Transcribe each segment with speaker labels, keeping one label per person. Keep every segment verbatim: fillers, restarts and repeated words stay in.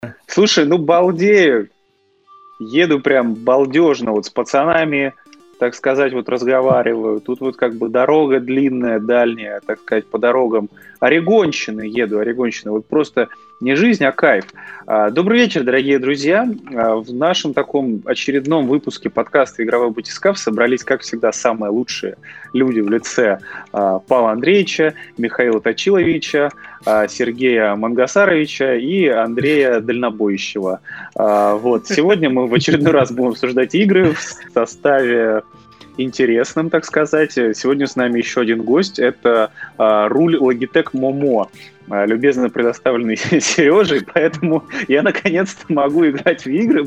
Speaker 1: Слушай, ну балдею. Еду прям балдежно, вот с пацанами, так сказать, вот разговариваю. Тут вот как бы дорога длинная, дальняя, так сказать, по дорогам Орегонщины еду, Орегонщины. Вот просто не жизнь, а кайф. Добрый вечер, дорогие друзья. В нашем таком очередном выпуске подкаста «Игровой батискаф» собрались, как всегда, самые лучшие люди в лице Павла Андреевича, Михаила Точиловича, Сергея Мангасаровича и Андрея Дальнобойщего. Вот. Сегодня мы в очередной раз будем обсуждать игры в составе интересным, так сказать. Сегодня с нами еще один гость. Это руль Logitech Momo, любезно предоставленный Сережей, поэтому я наконец-то могу играть в игры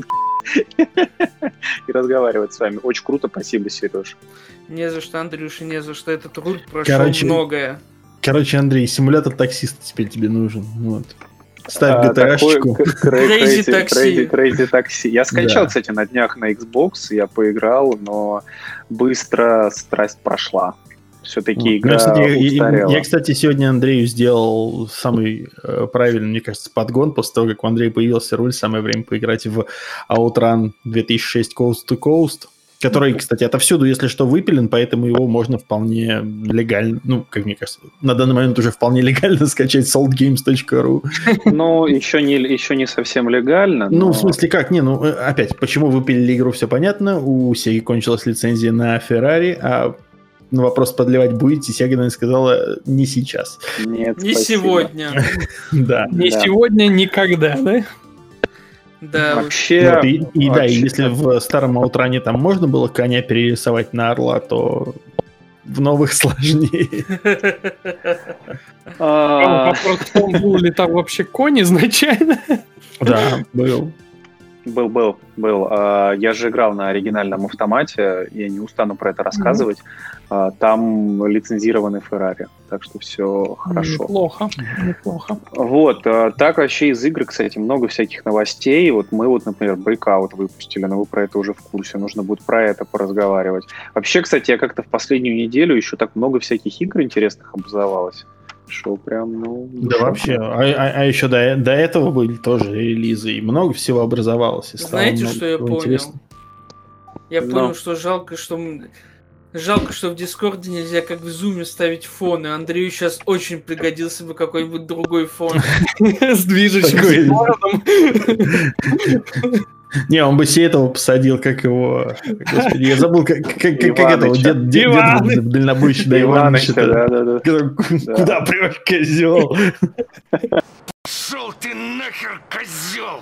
Speaker 1: и разговаривать с вами. Очень круто, спасибо, Сереж.
Speaker 2: Не за что, Андрюша, не за что. Этот руль прошел
Speaker 3: Короче,
Speaker 2: многое. Короче,
Speaker 3: Андрей, симулятор таксиста теперь тебе нужен. Вот. Ставь джи ти эй-шечку.
Speaker 1: Crazy Taxi. Я скачал, да. Кстати, на днях на Xbox, я поиграл, но быстро страсть прошла. Все-таки ну, игра кстати, устарела.
Speaker 3: Я, я, кстати, сегодня Андрею сделал самый э, правильный, мне кажется, подгон. После того, как у Андрея появился руль, самое время поиграть в Outrun две тысячи шесть Coast to Coast, который, кстати, отовсюду, если что, выпилен, поэтому его можно вполне легально, ну, как мне кажется, на данный момент уже вполне легально скачать солд геймс точка ру.
Speaker 1: Ну, еще не, еще не совсем легально.
Speaker 3: Но... Ну, в смысле, как? Не, ну, опять, почему выпилили игру, все понятно. У Sega кончилась лицензия на Ferrari, а на вопрос, подливать будете, Sega, наверное, сказала, не сейчас.
Speaker 1: Нет,
Speaker 2: не
Speaker 1: спасибо.
Speaker 2: Сегодня.
Speaker 3: Да.
Speaker 4: Не сегодня, никогда, да?
Speaker 2: Да,
Speaker 1: вообще.
Speaker 3: Вот, и, и вообще, да, и если в старом Аутране там можно было коня перерисовать на орла, то в новых сложнее.
Speaker 4: Вопрос в том, был ли там вообще конь изначально?
Speaker 3: Да, был.
Speaker 1: Был, был, был. Я же играл на оригинальном автомате, я не устану про это рассказывать. Там лицензированный Ferrari, так что все хорошо.
Speaker 4: Неплохо, неплохо.
Speaker 1: Вот, так вообще из игры, кстати, много всяких новостей. Вот мы вот, например, Breakout выпустили, но вы про это уже в курсе, нужно будет про это поразговаривать. Вообще, кстати, я как-то в последнюю неделю еще так много всяких игр интересных образовалось. Шо прям, ну...
Speaker 3: Да вообще, а, а, а еще до, до этого были тоже релизы, и много всего образовалось. И
Speaker 2: знаете, что я понял?
Speaker 3: Интересно.
Speaker 2: Я
Speaker 1: Но.
Speaker 2: понял, что жалко, что... Жалко, что в Дискорде нельзя как в Зуме ставить фоны. Андрею сейчас очень пригодился бы какой-нибудь другой фон.
Speaker 4: С движущим городом.
Speaker 3: Не, он бы себе этого посадил, как его... Господи, я забыл, как, как, как этого дед, дед, дед дальнобойщик до Иваныча.
Speaker 1: Да, да, да.
Speaker 3: Куда прешь, козел?
Speaker 5: Шел ты нахер, козел!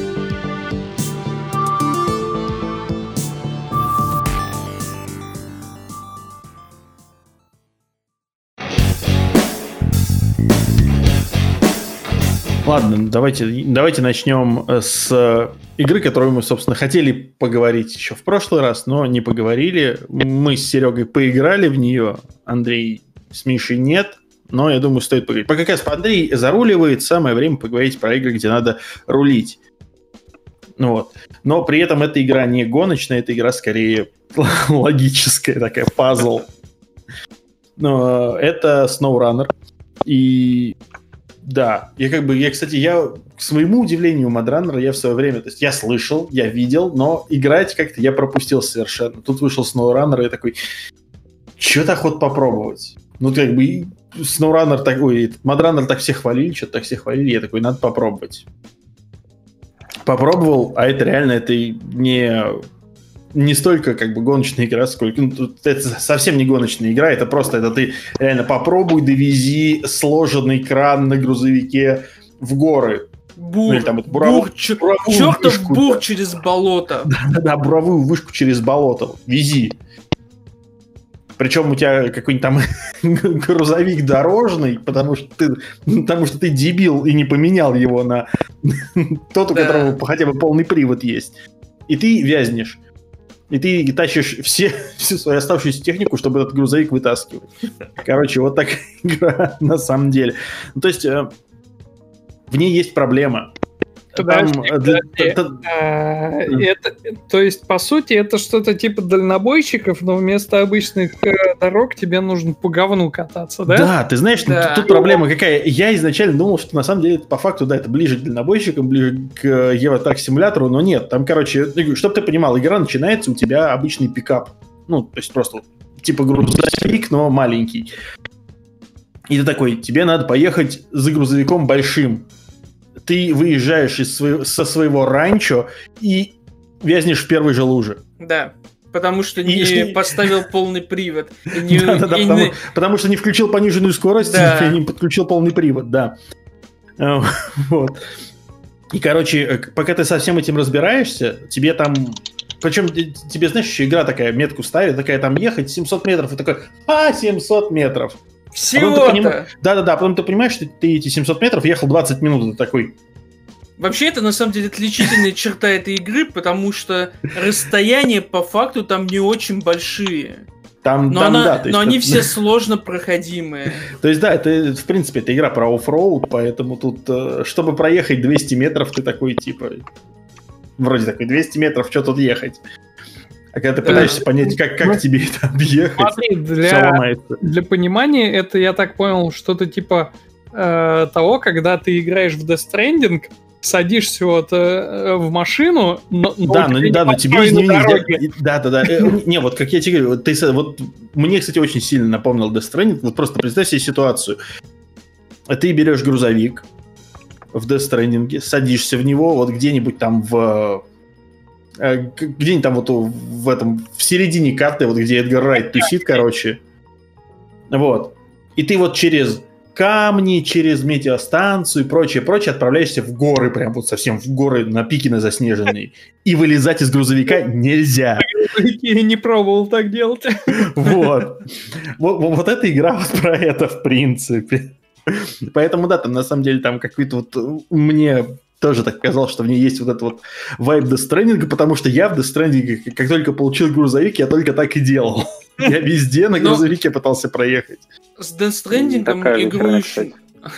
Speaker 3: Ладно, давайте, давайте начнем с игры, которую мы, собственно, хотели поговорить еще в прошлый раз, но не поговорили. Мы с Серегой поиграли в нее, Андрей с Мишей нет, но я думаю, стоит поговорить. Пока как раз Андрей заруливает, самое время поговорить про игры, где надо рулить. Вот. Но при этом эта игра не гоночная, эта игра скорее логическая, такая пазл. Но это SnowRunner. И... Да, я как бы, я, кстати, я, к своему удивлению, Мадраннера я в свое время, то есть я слышал, я видел, но играть как-то я пропустил совершенно. Тут вышел SnowRunner, и я такой, что-то охот попробовать. Ну, как бы, SnowRunner такой, Мадраннер так все хвалили, что-то так все хвалили, я такой, надо попробовать. Попробовал, а это реально, это не... не столько как бы гоночная игра, сколько... Ну, это совсем не гоночная игра, это просто это ты реально попробуй довези сложенный кран на грузовике в горы.
Speaker 2: Бур,
Speaker 3: ну, там, буровую,
Speaker 2: бур, ч- чертов вышку, бур да. Через болото.
Speaker 3: Да-да-да, буровую вышку через болото. Вези. Причем у тебя какой-нибудь там грузовик дорожный, потому что ты, потому что ты дебил и не поменял его на тот, у да. которого хотя бы полный привод есть. И ты вязнешь. И ты тащишь все, всю свою оставшуюся технику, чтобы этот грузовик вытаскивать. Короче, вот такая игра на самом деле. Ну, то есть, э, в ней есть проблема.
Speaker 4: Подожди,
Speaker 3: Там, э, для-
Speaker 4: подожди.
Speaker 3: та- та-
Speaker 4: А, это, то есть, по сути, это что-то типа дальнобойщиков, но вместо обычных э, дорог тебе нужно по говну кататься, да?
Speaker 3: Да, ты знаешь,
Speaker 2: Да.
Speaker 3: тут проблема какая. Я изначально думал, что на самом деле это по факту, да, это ближе к дальнобойщикам, ближе к э, Евротрак-симулятору, но нет. Там, короче, чтобы ты понимал, игра начинается, у тебя обычный пикап. Ну, то есть просто вот типа грузовик, но маленький. И ты такой, тебе надо поехать за грузовиком большим. Ты выезжаешь из своего, со своего ранчо и вязнешь в первой же луже.
Speaker 2: Да. Потому что
Speaker 3: И
Speaker 2: не
Speaker 3: что-
Speaker 2: поставил полный привод. И не-
Speaker 3: Да-да-да,
Speaker 2: и
Speaker 3: потому,
Speaker 2: не-
Speaker 3: потому что не включил пониженную скорость,
Speaker 2: Да.
Speaker 3: и не подключил полный привод, да. Э, Вот. И, короче, э, пока ты со всем этим разбираешься, тебе там... Причем т- тебе, знаешь, еще игра такая, метку ставит, такая там ехать семьсот метров, и такой, а, семьсот метров. А потом ты поним-
Speaker 2: Всего-то.
Speaker 3: Да-да-да, потом ты понимаешь, что ты эти семьсот метров ехал двадцать минут, и ты такой,
Speaker 2: Вообще, это на самом деле отличительная черта этой игры, потому что расстояния по факту там не очень большие.
Speaker 3: там,
Speaker 2: Но,
Speaker 3: там,
Speaker 2: она-
Speaker 3: да. то есть
Speaker 2: но они
Speaker 3: это-
Speaker 2: все сложно проходимые.
Speaker 3: То есть, да, это, в принципе, это игра про оффроуд, поэтому тут, э, чтобы проехать двести метров, ты такой, типа, вроде такой, двести метров, что тут ехать? А когда ты
Speaker 2: Да.
Speaker 3: пытаешься понять, как, как
Speaker 4: Ну,
Speaker 3: тебе это объехать,
Speaker 4: Смотри,
Speaker 3: все
Speaker 4: для,
Speaker 3: ломается.
Speaker 4: для понимания, это, я так понял, что-то типа э, того, когда ты играешь в Death Stranding, садишься вот э, в машину, но, но
Speaker 3: Да,
Speaker 4: у
Speaker 3: но,
Speaker 4: тебя
Speaker 3: да, но
Speaker 4: не
Speaker 3: тебе из
Speaker 4: построена
Speaker 3: нее
Speaker 4: дорога.
Speaker 3: нельзя... Да, да, да. Э, Не, вот как я тебе говорю, вот ты, с- вот мне, кстати, очень сильно напомнил Death Stranding. Вот просто представь себе ситуацию. Ты берешь грузовик в Death Stranding, садишься в него, вот где-нибудь там в... э, г- Где-нибудь там вот в этом, в середине карты, вот где Эдгар Райт тусит, короче. Вот. И ты вот через камни, через метеостанцию и прочее, прочее отправляешься в горы, прям вот совсем в горы на Пикино заснеженные. И вылезать из грузовика нельзя.
Speaker 4: Я не пробовал так делать.
Speaker 3: Вот. Вот, вот- вот эта игра вот про это, в принципе. Поэтому, да, там на самом деле там какой-то вот... э, Мне тоже так казалось, что в ней есть вот этот вот вайб Death Stranding, потому что я в Death Stranding, как только получил грузовик, я только так и делал. Я везде на
Speaker 2: Но-
Speaker 3: грузовике пытался проехать.
Speaker 2: С Death Stranding
Speaker 1: Такая же
Speaker 2: игру
Speaker 1: херня,
Speaker 2: еще...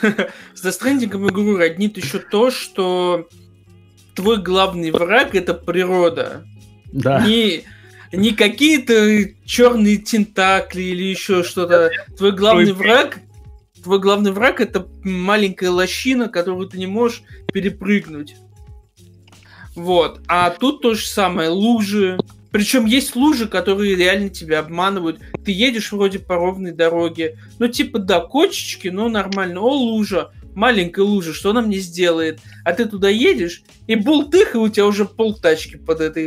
Speaker 2: С Death Stranding игру роднит еще то, что твой главный враг — это природа.
Speaker 3: Да.
Speaker 2: Не, не какие-то черные тентакли или еще что-то. Твой главный враг... Твой главный враг — это маленькая лощина, которую ты не можешь перепрыгнуть. Вот. А тут то же самое. Лужи. Причем есть лужи, которые реально тебя обманывают. Ты едешь вроде по ровной дороге. Ну, типа, да, кочечки, но нормально. О, лужа. Маленькая лужа, что она мне сделает? А ты туда едешь, и бултых, и у тебя уже полтачки под этой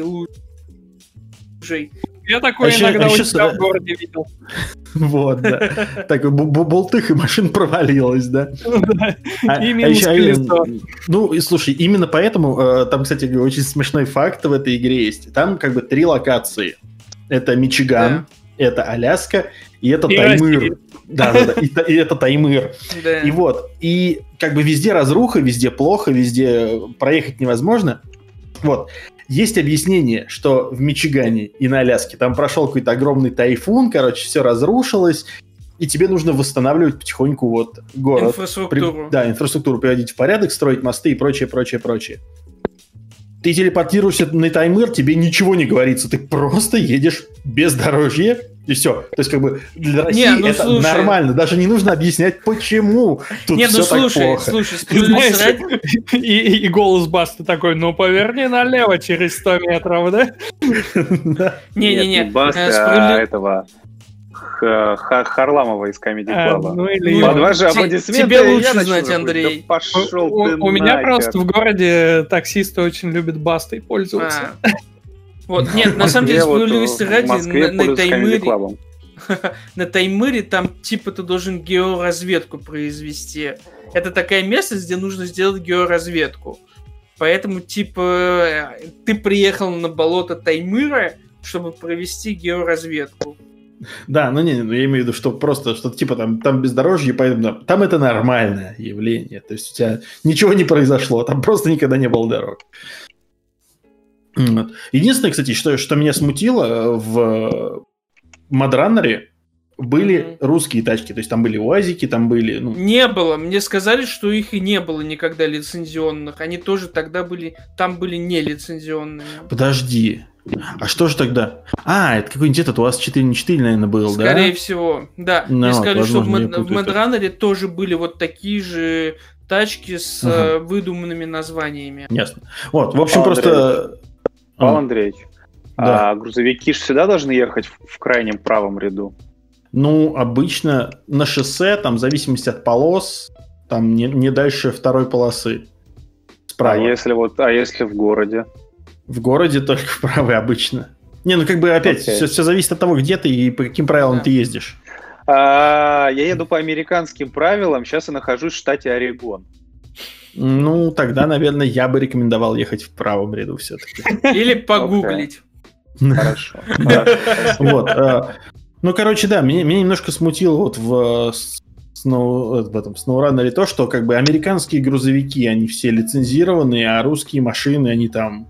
Speaker 2: лужей.
Speaker 4: Я такое
Speaker 3: А еще-
Speaker 4: иногда
Speaker 3: а
Speaker 4: у
Speaker 3: еще
Speaker 4: себя
Speaker 3: с-
Speaker 4: в городе видел.
Speaker 3: Вот, да. Так, бу- бу- болтых, и машина провалилась, да.
Speaker 4: Да.
Speaker 3: А-
Speaker 4: И
Speaker 3: а
Speaker 4: минус
Speaker 3: еще- а,
Speaker 4: колесо.
Speaker 3: Ну, и слушай, именно поэтому, э, там, кстати, очень смешной факт в этой игре есть. Там как бы три локации. Это Мичиган, это Аляска, и это
Speaker 4: И
Speaker 3: Таймыр.
Speaker 4: Россия.
Speaker 3: Да, да, да. И, та- и это Таймыр.
Speaker 2: Да.
Speaker 3: И вот, и как бы везде разруха, везде плохо, везде проехать невозможно. Вот. Есть объяснение, что в Мичигане и на Аляске там прошел какой-то огромный тайфун, короче, все разрушилось, и тебе нужно восстанавливать потихоньку вот город.
Speaker 2: Инфраструктуру.
Speaker 3: При- Да, инфраструктуру приводить в порядок, строить мосты и прочее, прочее, прочее. Ты телепортируешься на Таймыр, тебе ничего не говорится, ты просто едешь без дорожья, и все. То есть, как бы, для России
Speaker 2: Не, ну,
Speaker 3: это
Speaker 2: слушай.
Speaker 3: нормально, даже не нужно объяснять, почему тут
Speaker 2: Нет,
Speaker 3: все
Speaker 2: ну
Speaker 3: так
Speaker 2: слушай,
Speaker 3: плохо.
Speaker 2: слушай,
Speaker 4: Ты
Speaker 2: справедливости
Speaker 4: знаешь,
Speaker 2: ради-
Speaker 4: и, и- и голос Басты такой, ну поверни налево через сто метров, да?
Speaker 3: Да.
Speaker 2: Не-не-не.
Speaker 1: Нет, не Басты,
Speaker 2: э,
Speaker 1: а
Speaker 2: справедлив-
Speaker 1: этого Х- Ха- Харламова из Comedy
Speaker 4: А,
Speaker 1: Club.
Speaker 4: ну или
Speaker 2: Ну,
Speaker 1: Под ваши
Speaker 2: те-
Speaker 1: аплодисменты
Speaker 2: тебе
Speaker 1: я
Speaker 2: лучше
Speaker 1: начну
Speaker 2: знать,
Speaker 1: такой,
Speaker 2: Андрей.
Speaker 1: Да пошел
Speaker 4: У,
Speaker 1: ты
Speaker 4: у меня
Speaker 1: нахер.
Speaker 4: просто в городе таксисты очень любят Бастой пользоваться.
Speaker 2: А. Вот, нет, на самом деле,
Speaker 1: Я вот,
Speaker 2: справедливости
Speaker 1: э, в
Speaker 2: ради,
Speaker 1: Москве
Speaker 2: на, на
Speaker 1: пользуюсь Comedy
Speaker 2: Таймыре,
Speaker 1: Club'ом.
Speaker 2: на Таймыре там типа ты должен георазведку произвести. Это такая местность, где нужно сделать георазведку. Поэтому, типа, э, ты приехал на болото Таймыра, чтобы провести георазведку.
Speaker 3: Да, ну не, ну я имею в виду, что просто, что типа там, там бездорожье, поэтому да, там это нормальное явление. То есть у тебя ничего не произошло, там просто никогда не было дорог. Вот. Единственное, кстати, что, что меня смутило в Мадраннере, были
Speaker 2: Мгм.
Speaker 3: русские тачки, то есть там были УАЗики, там были... Ну,
Speaker 2: Не было. Мне сказали, что их и не было никогда лицензионных. Они тоже тогда были... Там были не лицензионные.
Speaker 3: подожди, а что же тогда? А, это какой-нибудь этот УАЗ четыре на четыре, наверное, был,
Speaker 2: Скорее
Speaker 3: да?
Speaker 2: всего. Да.
Speaker 3: Ну,
Speaker 2: Мне
Speaker 3: вот,
Speaker 2: сказали, что в,
Speaker 3: возможно, я
Speaker 2: Мад- в
Speaker 3: путаю
Speaker 2: Мадранере тоже были вот такие же тачки с
Speaker 3: Ага.
Speaker 2: э, выдуманными названиями.
Speaker 3: Ясно. Вот, в общем,
Speaker 1: Павел
Speaker 3: просто...
Speaker 1: Павел
Speaker 3: А,
Speaker 1: Андреевич,
Speaker 3: да.
Speaker 1: а грузовики же всегда должны ехать в, в крайнем правом ряду?
Speaker 3: Ну, обычно на шоссе, там, в зависимости от полос, там не, не дальше второй полосы. Справа.
Speaker 1: А если вот, а если в городе?
Speaker 3: В городе только в правой обычно. Не, ну как бы опять,
Speaker 1: Окей.
Speaker 3: все, все зависит от того, где ты и по каким правилам
Speaker 2: Да.
Speaker 3: ты ездишь.
Speaker 1: А, я еду по американским правилам, сейчас я нахожусь в штате Орегон.
Speaker 3: Ну, тогда, наверное, я бы рекомендовал ехать в правом ряду все-таки.
Speaker 2: Или погуглить.
Speaker 1: Хорошо. Хорошо.
Speaker 3: Вот. э, Ну, короче, да, меня, меня немножко смутило вот в, э, с- сноу- э, в этом SnowRunner то, что как бы американские грузовики, они все лицензированные, а русские машины, они там...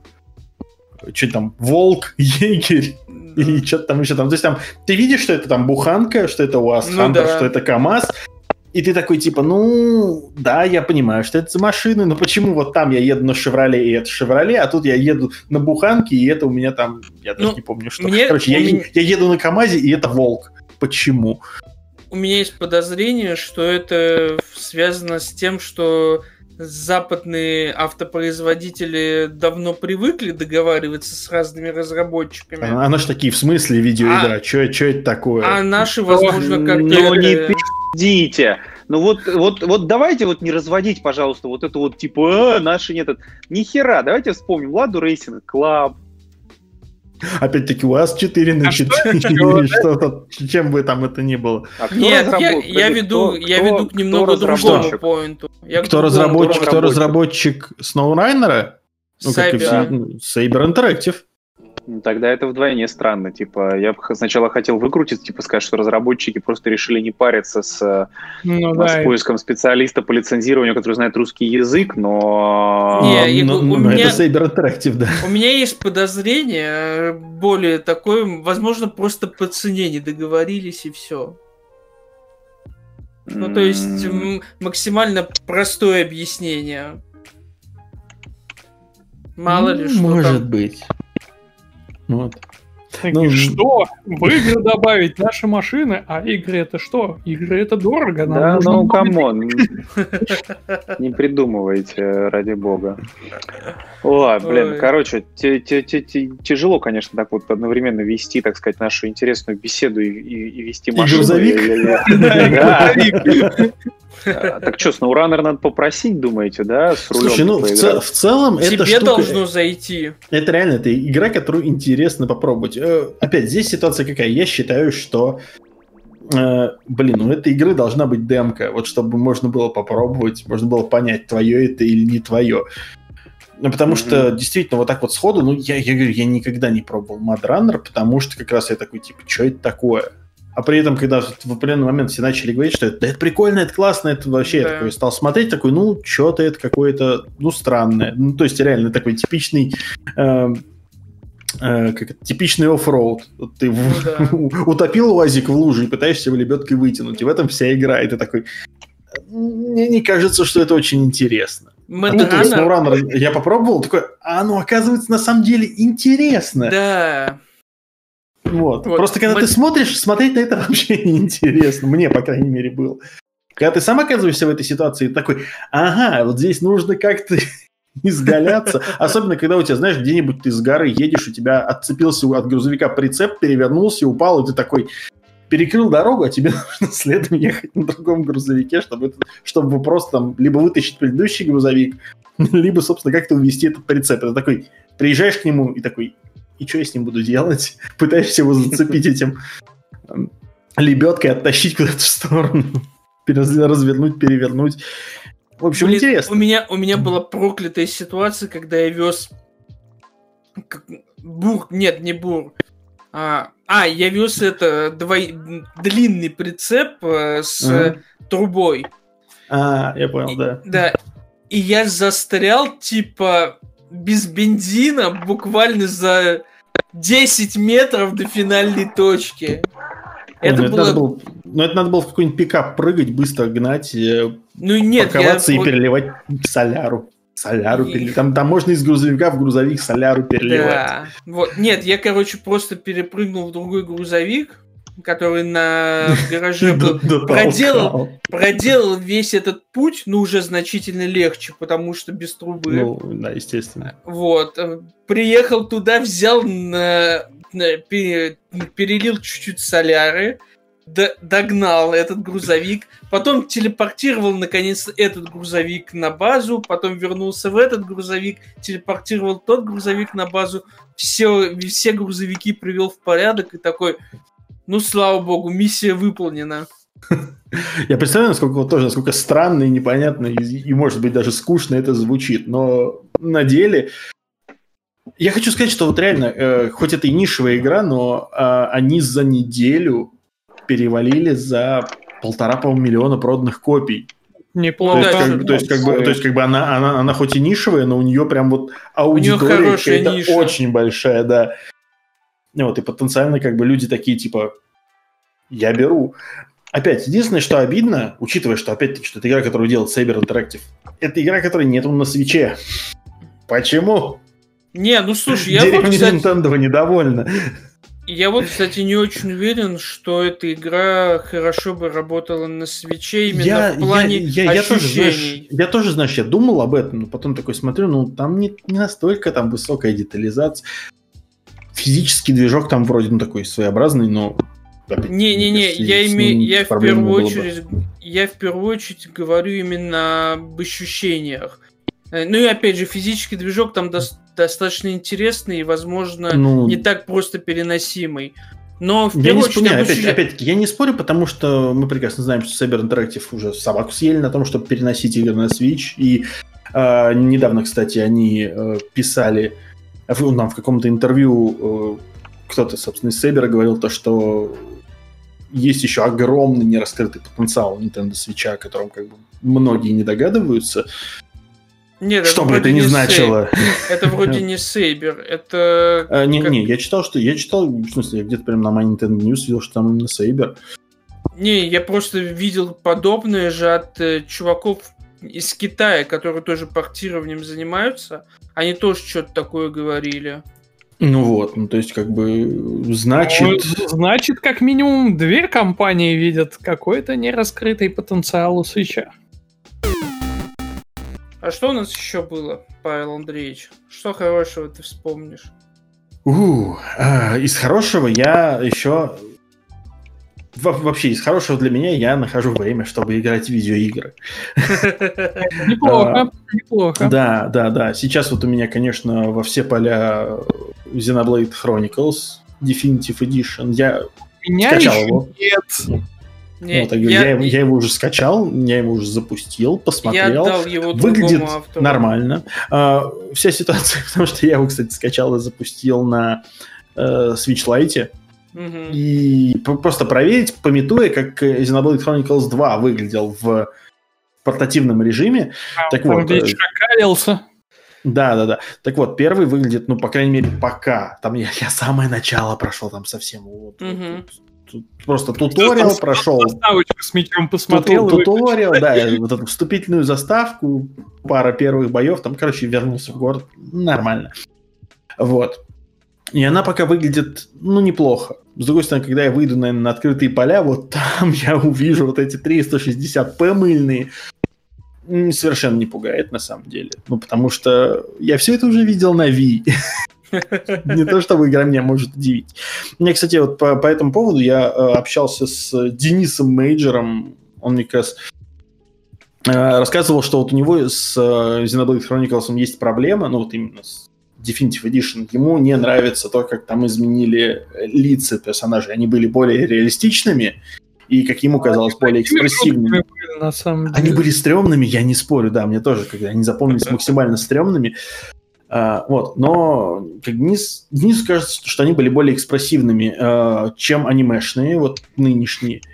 Speaker 3: Что там, Волк, Егерь и что-то там еще там. То есть там ты видишь, что это там буханка, что это УАЗ
Speaker 2: Ну
Speaker 3: Хантер,
Speaker 2: да.
Speaker 3: что это КАМАЗ, и ты такой типа, ну, да, я понимаю, что это за машины, но почему вот там я еду на Шевроле, и это Шевроле, а тут я еду на буханке, и это у меня там, я даже
Speaker 2: Ну,
Speaker 3: не помню, что.
Speaker 2: мне-
Speaker 3: Короче, я,
Speaker 2: у
Speaker 3: е-
Speaker 2: меня-
Speaker 3: я еду на КАМАЗе, и это Волк. Почему?
Speaker 2: У меня есть подозрение, что это связано с тем, что западные автопроизводители давно привыкли договариваться с разными разработчиками,
Speaker 3: А- Оно ж такие, в смысле видеоигра? Че это такое?
Speaker 2: а наши, возможно, как-то...
Speaker 1: Ну не
Speaker 2: это-
Speaker 1: пиздите. Ну вот, вот, вот давайте вот не разводить, пожалуйста, вот это вот типа, а, наши нет. это- Ни хера, давайте вспомним Ладу Рейсинг Клаб.
Speaker 3: Опять-таки УАЗ четыре на
Speaker 4: А что
Speaker 3: четыре,
Speaker 4: это?
Speaker 3: или что-то, чем бы там это ни было.
Speaker 1: А кто
Speaker 2: Нет, я,
Speaker 1: разработ-
Speaker 2: я
Speaker 1: подожди,
Speaker 2: веду,
Speaker 1: кто-
Speaker 2: я
Speaker 1: кто-
Speaker 2: веду к
Speaker 1: кто
Speaker 2: немного другому
Speaker 1: разработчик?
Speaker 2: поинту. Я к
Speaker 3: Кто
Speaker 2: другому
Speaker 3: разработчик, кто
Speaker 2: поинту.
Speaker 3: разработчик SnowRunner? Ну, как и
Speaker 2: Cyber.
Speaker 3: все. ну, Saber Interactive.
Speaker 1: Ну, тогда это вдвойне странно. Типа, я бы х- сначала хотел выкрутиться, типа сказать, что разработчики просто решили не париться с, э,
Speaker 4: Ну
Speaker 1: с
Speaker 4: да, и-
Speaker 1: поиском специалиста по лицензированию, который знает русский язык, но...
Speaker 2: Не,
Speaker 3: А,
Speaker 2: я
Speaker 3: ну,
Speaker 2: говорю, у
Speaker 3: ну,
Speaker 2: меня-
Speaker 3: Это Saber Interactive, да.
Speaker 2: У меня есть подозрение, э, более такое, возможно, просто по цене не договорились и все. Ну, то есть м, максимально простое объяснение. Мало ли
Speaker 3: Ну,
Speaker 2: что
Speaker 3: Может
Speaker 2: там.
Speaker 3: быть. Вот.
Speaker 4: такие,
Speaker 3: ну,
Speaker 4: что? В игры добавить наши машины? А игры это что? Игры это дорого. нам
Speaker 1: Да,
Speaker 4: нужно
Speaker 1: ну,
Speaker 4: много
Speaker 1: камон. Не придумывайте, ради бога. Ой, блин,
Speaker 2: Ой.
Speaker 1: короче, те- те- те- те- тяжело, конечно, так вот одновременно вести, так сказать, нашу интересную беседу и, и- и вести машину.
Speaker 3: грузовик?
Speaker 1: Я- я- я- Да. А, Так что, SnowRunner надо попросить, думаете, да, с рулем
Speaker 3: Слушай, ну в,
Speaker 1: поиграть?
Speaker 3: ц- в целом эта
Speaker 2: Тебе
Speaker 3: штука,
Speaker 2: должно зайти.
Speaker 3: это реально это игра, которую интересно попробовать. Э, Опять, здесь ситуация какая? Я считаю, что э, блин, у этой игры должна быть демка, вот чтобы можно было попробовать, можно было понять, твое это или не твое. Ну, потому
Speaker 1: Мгм.
Speaker 3: что действительно вот так вот сходу, ну, я, я говорю, я никогда не пробовал Mudrunner, потому что как раз я такой, типа, что это такое? А при этом, когда в определенный момент все начали говорить, что это, да, это прикольно, это классно, это вообще,
Speaker 2: Да.
Speaker 3: я такой стал смотреть, такой, ну, что-то это какое-то, ну, странное. Ну, то есть, реально, такой типичный, э, э, как это, типичный оффроуд. Вот ты в-
Speaker 2: Ну
Speaker 3: утопил УАЗик в луже и пытаешься его лебедкой вытянуть, и в этом вся игра. И ты такой, мне не кажется, что это очень интересно. А тут вот
Speaker 2: Mudrunner-
Speaker 3: SnowRunner я попробовал, такой, а оно оказывается на самом деле интересно.
Speaker 2: Да.
Speaker 3: Вот.
Speaker 2: Вот.
Speaker 3: Просто когда
Speaker 2: Мы-
Speaker 3: ты смотришь, смотреть на это вообще неинтересно. Мне, по крайней мере, было. Когда ты сам оказываешься в этой ситуации, ты такой, ага, вот здесь нужно как-то изгаляться. Особенно, когда у тебя, знаешь, где-нибудь ты с горы едешь, у тебя отцепился от грузовика прицеп, перевернулся, упал, и ты такой перекрыл дорогу, а тебе нужно следом ехать на другом грузовике, чтобы, это- чтобы просто там либо вытащить предыдущий грузовик, либо, собственно, как-то увезти этот прицеп. Это такой, приезжаешь к нему и такой, и что я с ним буду делать? Пытаешься его зацепить этим эм, лебедкой, оттащить куда-то в сторону, перез- развернуть, перевернуть. В общем,
Speaker 2: Блин,
Speaker 3: интересно.
Speaker 2: У меня, у меня была проклятая ситуация, когда я вез как- бур, нет, не бур. А, а, я вез это двой- длинный прицеп э, с
Speaker 3: Ага.
Speaker 2: трубой.
Speaker 3: А, я понял, да.
Speaker 2: Да. И я застрял, типа, без бензина буквально за десять метров до финальной точки. Это
Speaker 3: ну,
Speaker 2: было...
Speaker 3: это надо было... ну, это надо было в какой-нибудь пикап прыгать, быстро гнать,
Speaker 2: ну, нет,
Speaker 3: парковаться
Speaker 2: я...
Speaker 3: и переливать соляру. Соляру переливать. Там, там можно из грузовика в грузовик соляру переливать.
Speaker 2: Да. Вот. Нет, я, короче, просто перепрыгнул в другой грузовик, который на гараже был. Проделал, проделал весь этот путь, ну, уже значительно легче, потому что без трубы.
Speaker 3: Ну, да, естественно.
Speaker 2: Вот. Приехал туда, взял, на, на, перелил чуть-чуть соляры, д- догнал этот грузовик, потом телепортировал, наконец, этот грузовик на базу, потом вернулся в этот грузовик, телепортировал тот грузовик на базу, все, все грузовики привел в порядок и такой... Ну, слава богу, миссия выполнена.
Speaker 3: Я представляю, насколько вот тоже, насколько странно и непонятно, и, и, может быть, даже скучно это звучит, но на деле... Я хочу сказать, что вот реально, э, хоть это и нишевая игра, но э, они за неделю перевалили за полтора, по-моему, миллиона проданных копий.
Speaker 4: Неплохо.
Speaker 3: То есть, как, бы, то есть, как бы, то есть, как бы она, она, она хоть и нишевая, но у нее прям вот аудитория какая-то очень большая, да. Вот, и потенциально как бы люди такие, типа, я беру. Опять, единственное, что обидно, учитывая, что, опять-таки, что это игра, которую делает Saber Interactive, это игра, которой нету на свитче. Почему?
Speaker 2: Не, ну слушай, я
Speaker 3: Деревня
Speaker 2: вот, кстати...
Speaker 3: Nintendo недовольна.
Speaker 2: Я вот, кстати, не очень уверен, что эта игра хорошо бы работала на свитче именно я, в плане
Speaker 3: я, я,
Speaker 2: ощущений.
Speaker 3: Я тоже, знаешь, я тоже, знаешь, я думал об этом, но потом такой смотрю, ну, там не, не настолько там высокая детализация. Физический движок там вроде ну, такой своеобразный, но...
Speaker 2: Не-не-не, я, име... я, в первую очередь, я в первую очередь говорю именно об ощущениях. Ну и опять же, физический движок там до... достаточно интересный и, возможно, ну... не так просто переносимый. Но в первую очередь...
Speaker 3: Опять, ощущ... Опять-таки, я не спорю, потому что мы прекрасно знаем, что Saber Interactive уже собаку съели на том, чтобы переносить игры на Switch. И э, недавно, кстати, они э, писали... Нам в каком-то интервью э, кто-то, собственно, из Saber говорил то, что есть еще огромный нераскрытый потенциал Nintendo Switch, о котором как бы многие не догадываются.
Speaker 2: Нет,
Speaker 3: что бы это ни значило.
Speaker 2: Это вроде не Saber, это...
Speaker 3: А, не, как... не, я читал, что... Я читал, в смысле, я где-то прям на My Nintendo News видел, что там именно Saber.
Speaker 2: Не, я просто видел подобное же от э, чуваков из Китая, которые тоже портированием занимаются. Они тоже что-то такое говорили.
Speaker 3: Ну вот, ну то есть как бы значит...
Speaker 4: Ну, значит, как минимум две компании видят какой-то нераскрытый потенциал у Switch'а.
Speaker 2: А что у нас еще было, Павел Андреевич? Что хорошего ты вспомнишь?
Speaker 3: У, а, из хорошего я еще... Во- вообще, из хорошего для меня я нахожу время, чтобы играть в видеоигры.
Speaker 4: Неплохо, неплохо.
Speaker 3: Да, да, да. Сейчас вот у меня, конечно, во все поля Xenoblade Chronicles Definitive Edition. Я скачал его.
Speaker 2: Нет.
Speaker 3: Не, вот, я, я, я, я его уже скачал, я его уже запустил, посмотрел.
Speaker 2: Я отдал его
Speaker 3: Выглядит
Speaker 2: автору.
Speaker 3: Нормально. А, вся ситуация, потому что я его, кстати, скачал и запустил на э, Switch Lite.
Speaker 2: Угу.
Speaker 3: И просто проверить, пометуя, как Xenoblade Chronicles два выглядел в портативном режиме.
Speaker 4: А,
Speaker 3: так
Speaker 4: он
Speaker 3: вот,
Speaker 4: шакалился.
Speaker 3: Да, да, да. Так вот, первый выглядит, ну, по крайней мере, пока. Там я, я самое начало прошел, там совсем вот,
Speaker 2: угу.
Speaker 3: тут, тут просто туториал
Speaker 4: Просто
Speaker 3: прошел.
Speaker 4: Заставочку с мечом посмотрел.
Speaker 3: Ту- туториал, да, вот эту вступительную заставку, пара первых боев, там, короче, вернулся в город. Нормально. Вот. И она пока выглядит, ну, неплохо. С другой стороны, когда я выйду, наверное, на открытые поля, вот там я увижу вот эти триста шестьдесят пэ мыльные. Совершенно не пугает, на самом деле. Ну, потому что я все это уже видел на Wii. Не то, чтобы игра меня может удивить. Мне, кстати, вот по, по этому поводу я э, общался с Денисом Мейджером. Он мне как раз э, рассказывал, что вот у него с э, Xenoblade Chronicles есть проблема, ну, вот именно с Definitive Edition. Ему не нравится то, как там изменили лица персонажей. Они были более реалистичными и, как ему казалось, более экспрессивными.
Speaker 4: Были, на самом деле.
Speaker 3: Они были стрёмными, я не спорю, да, мне тоже, когда они запомнились максимально стрёмными. А, вот, но как Денис, Денису кажется, что они были более экспрессивными, а, чем анимешные, вот нынешние.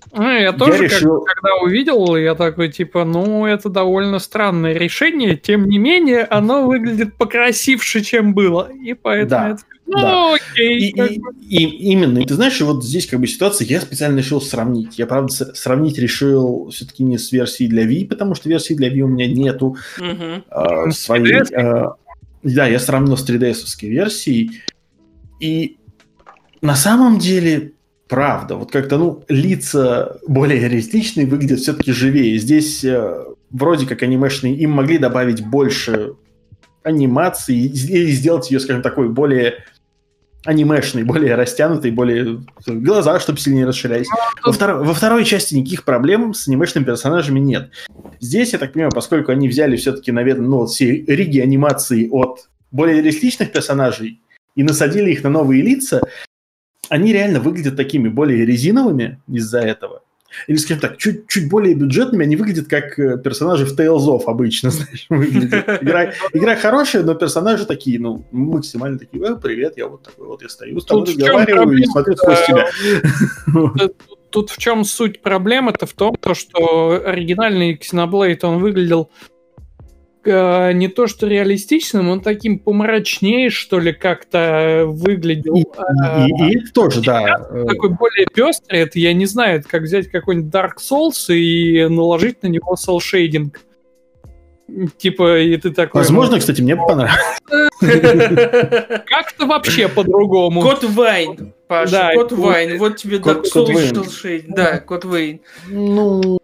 Speaker 4: Ну, я тоже,
Speaker 3: я решил...
Speaker 4: как, когда увидел, я такой, типа, ну, это довольно странное решение, тем не менее, оно выглядит покрасивше, чем было, и поэтому
Speaker 3: Да,
Speaker 4: я такой, ну,
Speaker 3: да.
Speaker 4: окей.
Speaker 3: И, и, и именно, и ты знаешь, вот здесь как бы ситуация, я специально решил сравнить. Я, правда, с- сравнить решил все-таки не с версией для Wii, потому что версии для Wii у меня нету
Speaker 2: Мгм.
Speaker 3: э,
Speaker 4: С
Speaker 3: своей...
Speaker 4: три ди эс?
Speaker 3: э, да, я сравнил с три ди эс-овской версией, и на самом деле... Правда, вот как-то, ну, лица более реалистичные выглядят все-таки живее. Здесь э, вроде как анимешные, им могли добавить больше анимации и сделать ее, скажем, такой более анимешной, более растянутой, более глаза, чтобы сильнее расширялись. Во, втор... Во второй части никаких проблем с анимешными персонажами нет. Здесь, я так понимаю, поскольку они взяли все-таки, наверное, ну, вот все риги анимации от более реалистичных персонажей и насадили их на новые лица, они реально выглядят такими более резиновыми из-за этого. Или, скажем так, чуть, чуть более бюджетными, они выглядят как э, персонажи в Tales of обычно, знаешь, выглядят. Игра, игра хорошая, но персонажи такие, ну, максимально такие, э, привет, я вот такой вот, я стою, с тобой разговариваю и смотрю сквозь тебя.
Speaker 4: Тут в чем суть проблемы-то? В том, что оригинальный Xenoblade, он выглядел не то что реалистичным, он таким помрачнее, что ли, как-то выглядел.
Speaker 3: И, и, и это тоже, да.
Speaker 4: Такой более пестрый, это я не знаю, это как взять какой-нибудь Dark Souls и наложить на него селл-шейдинг. Типа, и ты такой...
Speaker 3: Возможно, ну, кстати, мне понравилось.
Speaker 4: Как-то вообще по-другому.
Speaker 2: Код Вайн, Паша, да, Код Вайн. Вот тебе Dark Souls селл-шейдинг. Да, Код Вайн.
Speaker 3: Ну...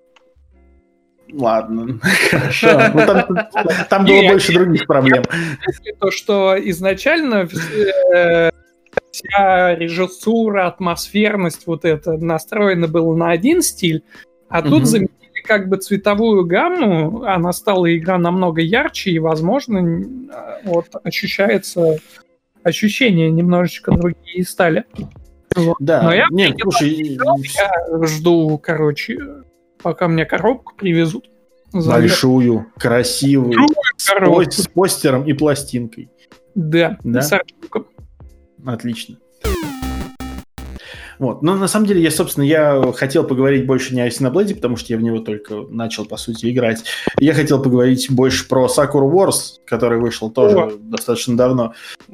Speaker 3: Ладно, хорошо. Ну, там, там было Нет, больше других проблем.
Speaker 4: То, что изначально э, вся режиссура, атмосферность вот это настроена была на один стиль, а тут угу. заменили как бы цветовую гамму, она стала игра намного ярче, и, возможно, вот ощущается ощущения немножечко другие стали. Вот.
Speaker 3: Да,
Speaker 4: но я,
Speaker 3: нет, слушай,
Speaker 4: я жду, короче, пока мне коробку привезут.
Speaker 3: Большую, красивую, с, с постером и пластинкой.
Speaker 4: Да,
Speaker 3: да?
Speaker 4: С артбуком.
Speaker 3: Отлично. Вот. Но на самом деле я, собственно, я хотел поговорить больше не о Xenoblade, потому что я в него только начал, по сути, играть. Я хотел поговорить больше про Sakura Wars, который вышел тоже О. достаточно давно.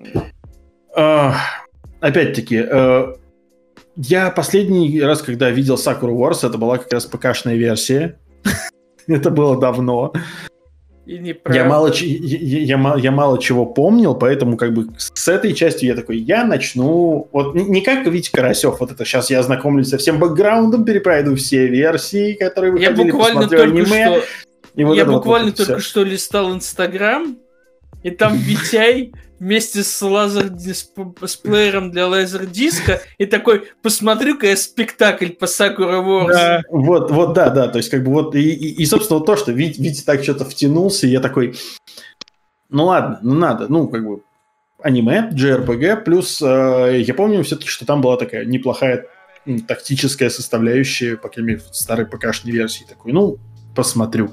Speaker 3: Uh, опять-таки, uh, я последний раз, когда видел Sakura Wars, это была как раз ПК-шная версия. Это было давно.
Speaker 2: И
Speaker 3: я, мало, я, я, я мало чего помнил, поэтому как бы с этой частью я такой, я начну... Вот не как Витя Карасев, вот это сейчас я ознакомлюсь со всем бэкграундом, перепройду все версии, которые выходили,
Speaker 2: я буквально
Speaker 3: посмотрю аниме.
Speaker 2: Что...
Speaker 3: И вот
Speaker 2: я буквально
Speaker 3: вот
Speaker 2: только
Speaker 3: все.
Speaker 2: что листал Инстаграм, и там Витяй вместе с, лазер, с, с плеером для лазер-диска, и такой, посмотрю-ка я спектакль по Sakura Wars.
Speaker 3: Да. Вот, вот, да, да, то есть как бы вот, и, и, и собственно, вот то, что Витя, Витя так что-то втянулся, и я такой, ну ладно, ну надо, ну как бы аниме, джей ар пи джи, плюс э, я помню все-таки, что там была такая неплохая ну, тактическая составляющая, по крайней мере, в старой ПК-шной версии, такой, ну, посмотрю.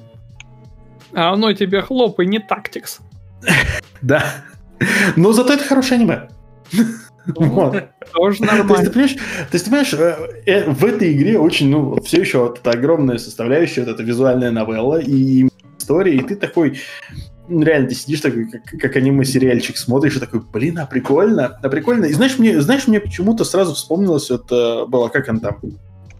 Speaker 4: А оно тебе хлоп, и не тактикс.
Speaker 3: Да. Но зато это хорошее аниме. Вот.
Speaker 4: Тоже нормально.
Speaker 3: То есть, ты понимаешь, в этой игре очень, ну, все еще вот эта огромная составляющая, вот эта визуальная новелла и история, и ты такой, ну, реально, ты сидишь такой, как, как аниме-сериальчик смотришь, и такой, блин, а прикольно, а прикольно. И знаешь, мне, знаешь, мне почему-то сразу вспомнилось, вот, было, как он там,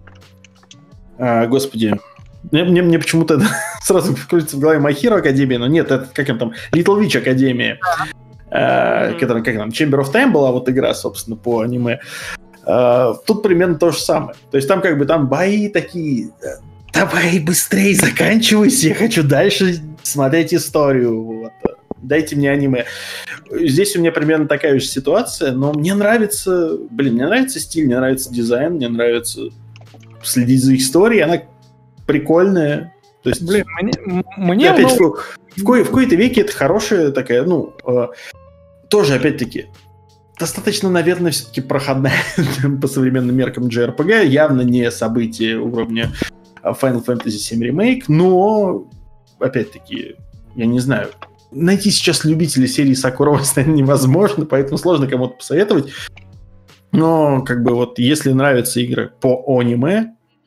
Speaker 3: а, господи, Мне, мне, мне почему-то сразу крутится в голове My Hero Academia, но нет, это как там, Little Witch Academia, uh, mm-hmm. которая, как там, Chamber of Time была вот игра, собственно, по аниме. Uh, тут примерно то же самое. То есть там как бы там бои такие, давай быстрее заканчивайся, я хочу дальше смотреть историю, вот. Дайте мне аниме. Здесь у меня примерно такая же ситуация, но мне нравится, блин, мне нравится стиль, мне нравится дизайн, мне нравится следить за историей, она прикольная. То есть,
Speaker 4: блин, мне... мне
Speaker 3: опять,
Speaker 4: ну...
Speaker 3: в, в, ко- в кои-то веке это хорошая такая, ну, э, тоже, опять-таки, достаточно, наверное, все-таки проходная по современным меркам джей ар пи джи, явно не событие уровня Final Fantasy семь Remake, но, опять-таки, я не знаю, найти сейчас любителей серии Sakura Wars, наверное, невозможно, поэтому сложно кому-то посоветовать. Но, как бы, вот, если нравятся игры по аниме,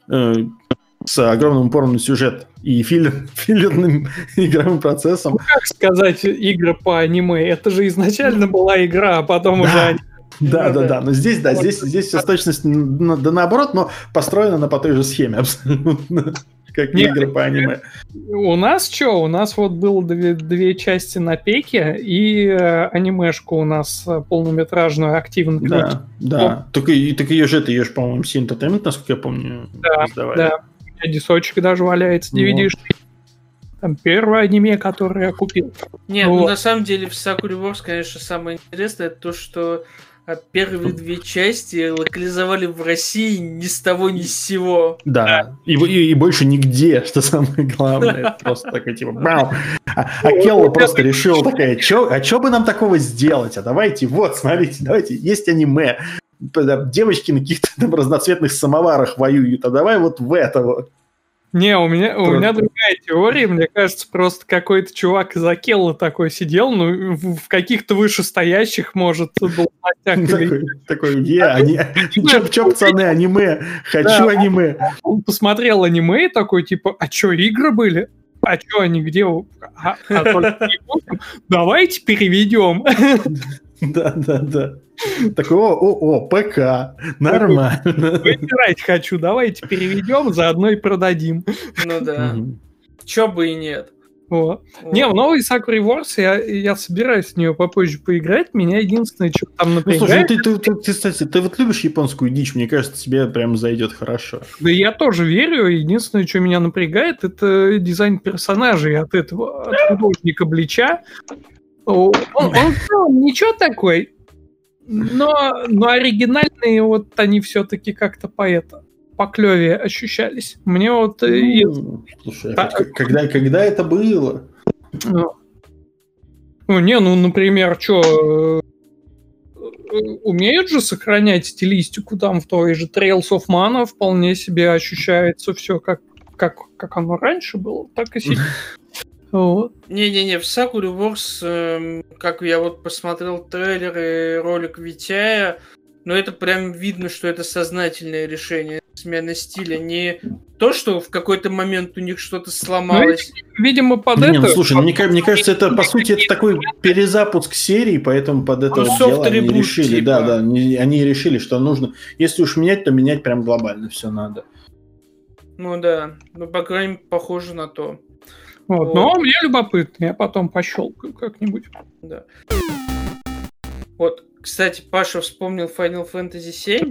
Speaker 3: э, с огромным упором на сюжет и филлер, филлерным игровым процессом.
Speaker 4: Ну, как сказать, игры по аниме? Это же изначально была игра, а потом
Speaker 3: да.
Speaker 4: уже аниме.
Speaker 3: Да, да, да, да. Но здесь, да, здесь, здесь все с точностью да наоборот, но построено на по той же схеме абсолютно, как
Speaker 4: Нет,
Speaker 3: игры по аниме.
Speaker 4: У нас что? У нас вот было две, две части на пеке и э, анимешку у нас э, полнометражную активно.
Speaker 3: Да, да. Только, и, так ее же, это ее же, по-моему, Си Entertainment, насколько я помню,
Speaker 4: да,
Speaker 3: издавали.
Speaker 4: Да, у меня дисочек даже валяется, ди ви ди-шный. Там первое аниме, которое я купил.
Speaker 2: Нет,
Speaker 4: вот.
Speaker 2: Ну на самом деле в Sakura Wars, конечно, самое интересное, это то, что первые две части локализовали в России ни с того ни с сего.
Speaker 3: Да, и, и, и больше нигде, что самое главное. Это просто такой типа бау. А, а Келла просто решила такая, чё, а что бы нам такого сделать? А давайте, вот, смотрите, давайте, есть аниме. Девочки на каких-то там разноцветных самоварах воюют, а давай вот в это вот.
Speaker 4: Не, у меня, у меня другая теория. Мне кажется, просто какой-то чувак из Акелла такой сидел, ну, в, в каких-то вышестоящих, может, был
Speaker 3: такой, такой, е, чё, пацаны, аниме, хочу аниме.
Speaker 4: Он посмотрел аниме и такой, типа, а чё, игры были? А чё они, где? А, а только не будем? Давайте переведем.
Speaker 3: Да, да, да. Такой, о, о, о, ПК, нормально.
Speaker 4: Выбирать хочу, давайте переведем, заодно и продадим.
Speaker 2: Ну да. Чё бы и нет.
Speaker 4: Вот. Вот. Не, в новый Sakura Wars я, я собираюсь в нее попозже поиграть. Меня единственное, что там напрягает...
Speaker 3: Ну, слушай, ты, ты, ты, ты, кстати, ты вот любишь японскую дичь? Мне кажется, тебе прям зайдет хорошо.
Speaker 4: Да я тоже верю. Единственное, что меня напрягает, это дизайн персонажей от этого, от художника Блича. Он, он, он ничего такой, но, но оригинальные вот они все-таки как-то по это... поклевее ощущались. Мне вот...
Speaker 3: Ну,
Speaker 4: и...
Speaker 3: Слушай, а когда, когда это было?
Speaker 4: Ну, не, ну, например, что... Умеют же сохранять стилистику там в той же Trails of Mana, вполне себе ощущается все как, как, как оно раньше было, так и сейчас. Вот.
Speaker 2: Не-не-не, в Sakura Wars, э, как я вот посмотрел трейлер и ролик Витяя, но это прям видно, что это сознательное решение, смена стиля. Не то, что в какой-то момент у них что-то сломалось.
Speaker 4: Ну, видимо, под
Speaker 3: не,
Speaker 4: это...
Speaker 3: Ну, слушай, мне, мне кажется, это, по сути, это такой перезапуск серии, поэтому под это ну, вот дело они решили. Типа. Да, да, они, они решили, что нужно... Если уж менять, то менять прям глобально все надо.
Speaker 2: Ну да, ну, по крайней мере, похоже на то.
Speaker 4: Вот. Вот. Но мне любопытно, я потом пощелкаю как-нибудь.
Speaker 2: Да. Вот, кстати, Паша вспомнил Final Fantasy семь,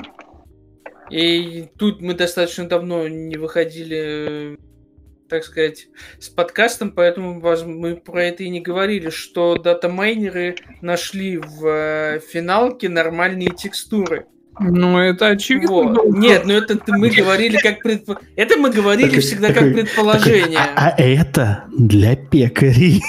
Speaker 2: и тут мы достаточно давно не выходили, так сказать, с подкастом, поэтому мы про это и не говорили, что датамайнеры нашли в финалке нормальные текстуры.
Speaker 4: Ну, это очевидно.
Speaker 2: Вот. Нет, ну это мы говорили как предпо... Это мы говорили так, всегда так, как предположение.
Speaker 3: Так, а, а это для пекарей.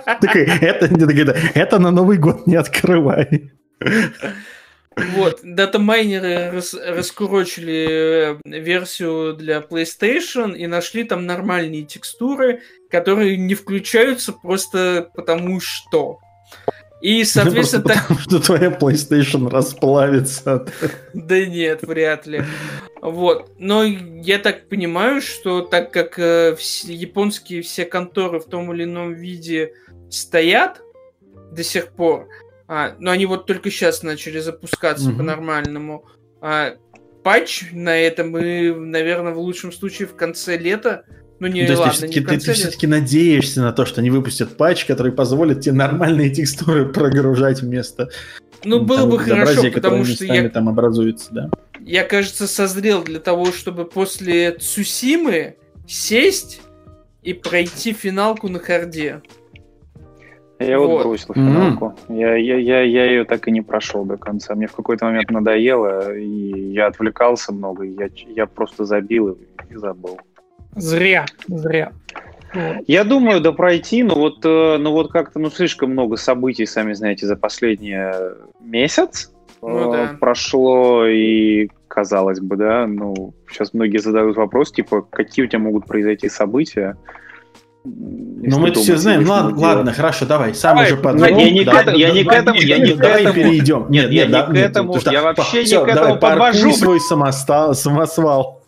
Speaker 3: Это на Новый год не открывай.
Speaker 2: Вот, датамайнеры рас, раскурочили версию для PlayStation и нашли там нормальные текстуры, которые не включаются просто потому что. И, соответственно,
Speaker 3: так... Потому что твоя PlayStation расплавится.
Speaker 2: Да нет, вряд ли. Вот. Но я так понимаю, что так как э, все, японские все конторы в том или ином виде стоят до сих пор, а, но они вот только сейчас начали запускаться mm-hmm. по-нормальному, а, патч на это мы, наверное, в лучшем случае в конце лета. Ну, не,
Speaker 3: то есть
Speaker 2: ладно,
Speaker 3: ты все-таки,
Speaker 2: не
Speaker 3: ты, ты все-таки надеешься на то, что они выпустят патч, который позволит тебе нормальные текстуры прогружать вместо
Speaker 2: ну, было бы хорошо, потому что я,
Speaker 3: там образуется, да?
Speaker 2: Я, кажется, созрел для того, чтобы после Цусимы сесть и пройти финалку на харде.
Speaker 1: Я вот, вот бросил финалку. Mm-hmm. Я, я, я, я ее так и не прошел до конца. Мне в какой-то момент надоело, и я отвлекался много, и я, я просто забил и, и забыл.
Speaker 4: Зря, зря.
Speaker 1: Я думаю, да пройти, но вот, ну вот как-то ну, слишком много событий, сами знаете, за последний месяц ну, да. прошло, и казалось бы, да, ну, сейчас многие задают вопрос, типа, какие у тебя могут произойти события.
Speaker 3: Ну, мы это все знаем. Ладно, ладно, хорошо, давай. Сам давай, уже подумал.
Speaker 1: Я не к я не к этому, я не к этому
Speaker 3: перейдем.
Speaker 1: Нет, я не к этому, я вообще не к этому подвожу.
Speaker 3: Паркуй свой самосвал.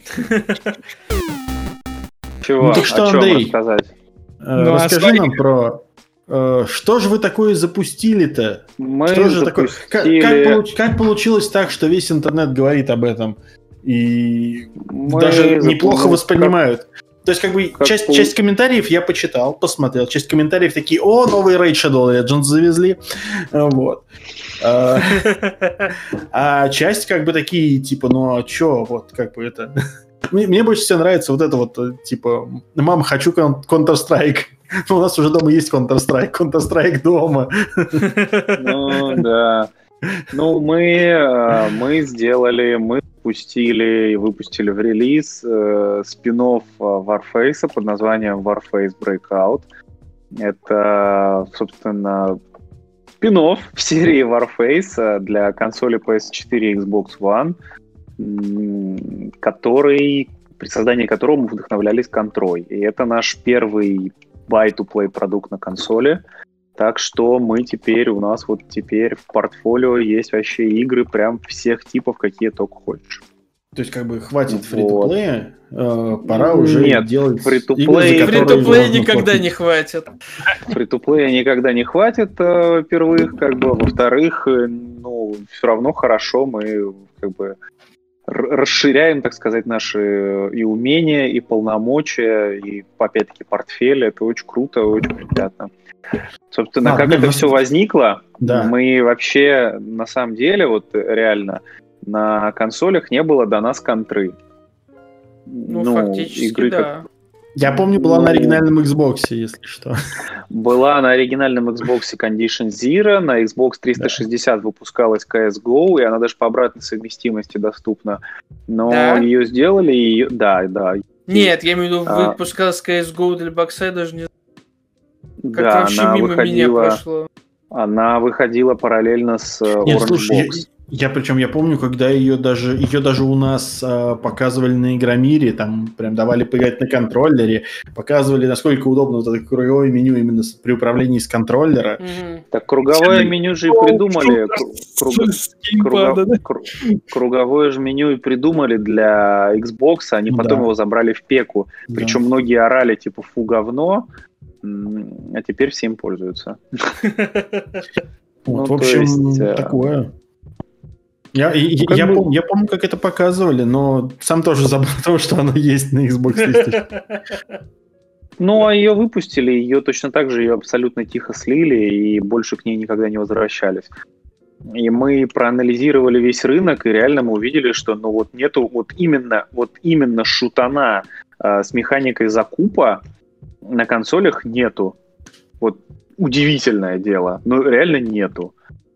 Speaker 1: Чего?
Speaker 3: Ну так что,
Speaker 1: О чем
Speaker 3: Андрей?
Speaker 1: рассказать?
Speaker 3: Э,
Speaker 4: Ну, а
Speaker 3: Расскажи
Speaker 4: свои-
Speaker 3: нам про... э, Что же вы такое запустили-то?
Speaker 1: Мы
Speaker 3: Что же такое? Как,
Speaker 1: запустили...
Speaker 3: как получ- как получилось так, что весь интернет говорит об этом и
Speaker 1: мы
Speaker 3: даже
Speaker 1: запу-
Speaker 3: неплохо
Speaker 1: ну,
Speaker 3: воспринимают? То есть, как бы,
Speaker 1: как
Speaker 3: часть,
Speaker 1: пол-
Speaker 3: часть комментариев я почитал, посмотрел. Часть комментариев такие: о, новый Raid Shadow Legends завезли. Э, Вот. А а часть, как бы, такие, типа, ну, а чё, вот, как бы, это... Мне, мне больше всего нравится вот это вот, э, типа, мам, хочу кон- Counter-Strike. У нас уже дома есть Counter-Strike. Counter-Strike дома.
Speaker 1: Ну, да. Ну, мы, э, мы сделали, мы запустили и выпустили в релиз э, спин-офф э, Warface под названием Warface Breakout. Это, собственно, спин-офф в серии Warface для консоли пи эс четыре и Xbox One, м, который, при создании которого мы вдохновлялись контрой. И это наш первый buy-to-play продукт на консоли. Так что мы теперь, у нас вот теперь в портфолио есть вообще игры прям всех типов, какие только хочешь.
Speaker 3: То есть, как бы, хватит
Speaker 1: Вот.
Speaker 3: фри-то-плея, э, пора уже
Speaker 1: Нет,
Speaker 3: делать
Speaker 1: free-to-play-
Speaker 3: игры, за которые
Speaker 2: Фри-то-плей
Speaker 3: можно
Speaker 2: никогда
Speaker 3: платить.
Speaker 2: не хватит.
Speaker 1: Фри-то-плея никогда не хватит, э, во-первых, как бы, во-вторых, э, ну, все равно хорошо, мы как бы р- расширяем, так сказать, наши и умения, и полномочия, и, опять-таки, портфель. Это очень круто, очень приятно. Собственно,
Speaker 3: А,
Speaker 1: как
Speaker 3: ну,
Speaker 1: это
Speaker 3: ну,
Speaker 1: все возникло,
Speaker 3: Да.
Speaker 1: мы вообще, на самом деле, вот реально, на консолях не было до нас контры.
Speaker 2: Ну, фактически,
Speaker 1: игры,
Speaker 2: да.
Speaker 1: как-
Speaker 3: Я помню, была на
Speaker 1: Ну.
Speaker 3: оригинальном Xbox, если что.
Speaker 1: Была на оригинальном Xbox Condition Zero, на Xbox триста шестьдесят выпускалась си эс го, и она даже по обратной совместимости доступна. Но
Speaker 2: Да?
Speaker 1: ее сделали, и ее... Да, да.
Speaker 2: Нет, я имею в виду,
Speaker 1: А.
Speaker 2: выпускалась си эс го для бокса, я даже не знаю, как
Speaker 1: Да,
Speaker 2: вообще
Speaker 1: она
Speaker 2: мимо меня
Speaker 1: выходила,
Speaker 2: прошло.
Speaker 1: она выходила параллельно с э,
Speaker 3: Нет,
Speaker 1: Orange
Speaker 3: слушай,
Speaker 1: Box.
Speaker 3: я, я причем я помню, когда ее даже ее даже у нас а, показывали на Игромире, там прям давали поиграть на контроллере, показывали, насколько удобно вот это круговое меню именно с- при управлении с контроллера.
Speaker 2: Мгм.
Speaker 1: Так круговое меню же и придумали. кру- круг-
Speaker 4: С геймпада,
Speaker 1: круго-
Speaker 4: да?
Speaker 1: кру- Круговое же меню и придумали для Xbox, они
Speaker 3: Ну
Speaker 1: потом
Speaker 3: да.
Speaker 1: его забрали в пеку.
Speaker 3: Да.
Speaker 1: Причем многие орали, типа, фу, говно, м, а теперь все им пользуются.
Speaker 3: Вот,
Speaker 1: Ну,
Speaker 3: в
Speaker 1: то
Speaker 3: общем,
Speaker 1: есть, э,
Speaker 3: такое. Я, и-
Speaker 1: ну, как
Speaker 3: я,
Speaker 1: бы-
Speaker 3: пом- я помню, как это показывали, но сам тоже забыл о том, что оно есть на Xbox триста.
Speaker 1: Ну, а ее выпустили, ее точно так же, ее абсолютно тихо слили, и больше к ней никогда не возвращались. И мы проанализировали весь рынок, и реально мы увидели, что ну вот нету вот именно, вот именно шутана э, с механикой закупа на консолях нету. Вот удивительное дело, но реально нету.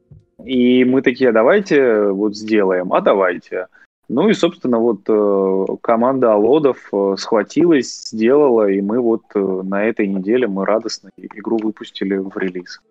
Speaker 1: И мы такие, давайте вот сделаем, а давайте. Ну и, собственно, вот э, команда Алодов э, схватилась, сделала, и мы вот э, на этой неделе мы радостно игру выпустили в релиз.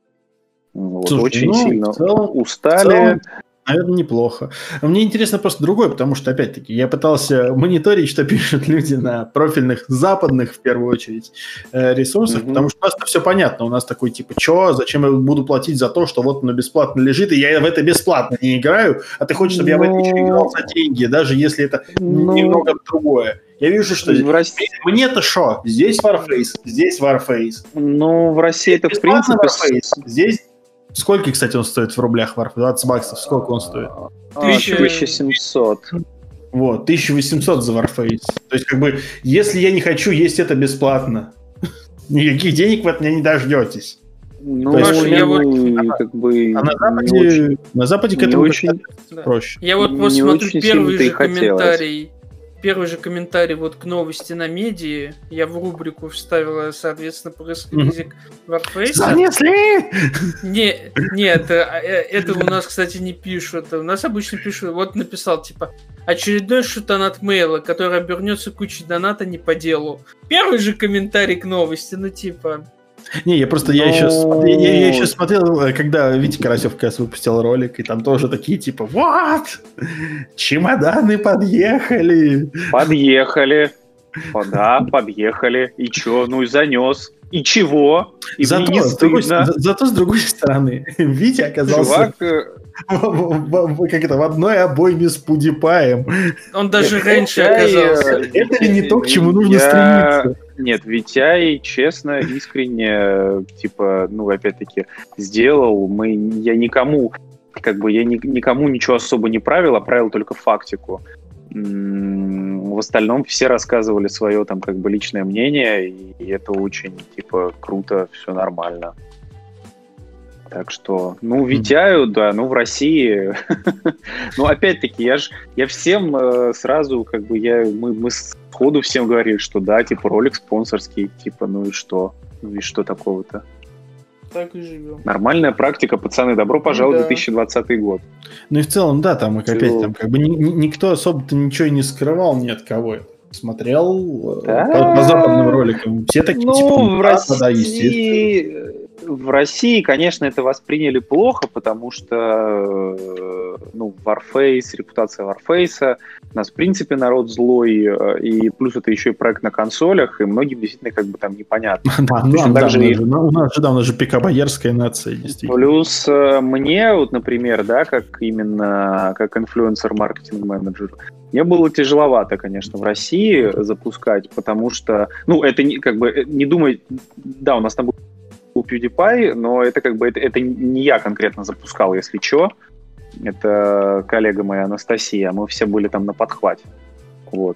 Speaker 1: Вот,
Speaker 3: Слушай,
Speaker 1: очень
Speaker 3: ну,
Speaker 1: сильно
Speaker 3: в целом-
Speaker 1: устали.
Speaker 3: в целом, наверное, неплохо. Мне интересно просто другое, потому что, опять-таки, я пытался мониторить, что пишут люди на профильных западных, в первую очередь, э, ресурсах,
Speaker 1: Мгм.
Speaker 3: потому что у нас-то все понятно. У нас такой, типа, чё, зачем я буду платить за то, что вот оно бесплатно лежит, и я в это бесплатно не играю, а ты хочешь, чтобы я в это еще
Speaker 1: Ну,
Speaker 3: играл за деньги, даже если это
Speaker 1: ну,
Speaker 3: немного другое. Я вижу, что
Speaker 1: в России,
Speaker 3: мне-то шо? Здесь Warface, здесь Warface.
Speaker 1: ну, в России это в
Speaker 3: Бесплатно
Speaker 1: принципе...
Speaker 3: Warface. Здесь... Сколько, кстати, он стоит в рублях, Warface? двадцать баксов. Сколько он стоит?
Speaker 1: а,
Speaker 2: Тысяча-
Speaker 1: тысяча семьсот.
Speaker 3: Вот, тысяча восемьсот за Warface. То есть, как бы, если я не хочу есть это бесплатно, никаких денег вы от меня не дождетесь.
Speaker 1: Ну,
Speaker 3: То есть,
Speaker 2: Маша, я вот-
Speaker 1: и как бы...
Speaker 3: А на
Speaker 1: не
Speaker 3: Западе,
Speaker 1: очень-
Speaker 3: на Западе к
Speaker 1: не
Speaker 3: этому
Speaker 1: очень-
Speaker 3: как-то
Speaker 2: Да.
Speaker 3: проще.
Speaker 2: Я вот
Speaker 1: Не
Speaker 2: просто смотрю
Speaker 1: очень
Speaker 2: первый
Speaker 1: сильно-то и
Speaker 2: же
Speaker 1: хотелось.
Speaker 2: комментарий. Первый же комментарий вот к новости на медии. Я в рубрику вставила, соответственно, пресс-релизик Warface.
Speaker 3: Занесли!
Speaker 2: Не, нет, э, э, это у нас, кстати, не пишут. У нас обычно пишут, вот написал, типа, очередной шутан от мейла, который обернется кучей доната не по делу. Первый же комментарий к новости, ну типа...
Speaker 3: Не, я просто, я
Speaker 1: Ну,
Speaker 3: еще, смотрел, я, я еще смотрел, э, когда Витя Карасев КС выпустил ролик, и там тоже такие, типа, вот, чемоданы подъехали.
Speaker 1: Подъехали. О, да, подъехали. И чё? Ну и занес. И чего? И
Speaker 3: Зато,
Speaker 1: мне не
Speaker 3: с другой,
Speaker 1: стыдно.
Speaker 3: за- зато, с другой стороны, Витя оказался
Speaker 1: Чувак, э,
Speaker 3: Как это, в одной обойме с Пудипаем.
Speaker 2: Он даже раньше оказался.
Speaker 3: Это ли не то, к чему нужно стремиться?
Speaker 1: Нет, Витяй, честно, искренне, типа, ну, опять-таки, сделал. Мы, я никому, как бы, я ни, никому ничего особо не правил, а правил только фактику. В остальном все рассказывали свое, там, как бы, личное мнение, и это очень, типа, круто, все нормально. Так что, ну, Витяю, да, ну, в России. Ну, опять-таки, я ж, я всем э, сразу, как бы, я, мы, мы сходу всем говорили, что да, типа, ролик спонсорский, типа, ну и что? Ну и что такого-то?
Speaker 2: Так и живем.
Speaker 1: Нормальная практика, пацаны, добро пожаловать в
Speaker 2: да.
Speaker 1: две тысячи двадцатый год.
Speaker 3: Ну и в целом, да, там, опять,
Speaker 1: Чего?
Speaker 3: там, как бы, ни, ни, никто особо-то ничего и не скрывал ни от кого. Смотрел
Speaker 1: Да.
Speaker 3: по, по западным роликам. Все такие,
Speaker 1: Ну,
Speaker 3: типа,
Speaker 1: в
Speaker 3: да, да, естественно.
Speaker 1: России... В России, конечно, это восприняли плохо, потому что, ну, Warface, репутация Warface, у нас, в принципе, народ злой, и плюс это еще и проект на консолях, и многим действительно как бы там непонятно.
Speaker 3: Да,
Speaker 1: Точно
Speaker 3: да,
Speaker 1: так же
Speaker 3: да,
Speaker 1: и-
Speaker 3: у нас же, да, у нас же пикабоярская нация, действительно.
Speaker 1: Плюс э, мне, вот, например, да, как именно как инфлюенсер-маркетинг-менеджер, мне было тяжеловато, конечно, в России запускать, потому что, ну, это не, как бы, не думай, да, у нас там был PewDiePie, но это как бы, это, это не я конкретно запускал, если что, это коллега моя Анастасия, мы все были там на подхвате. Вот.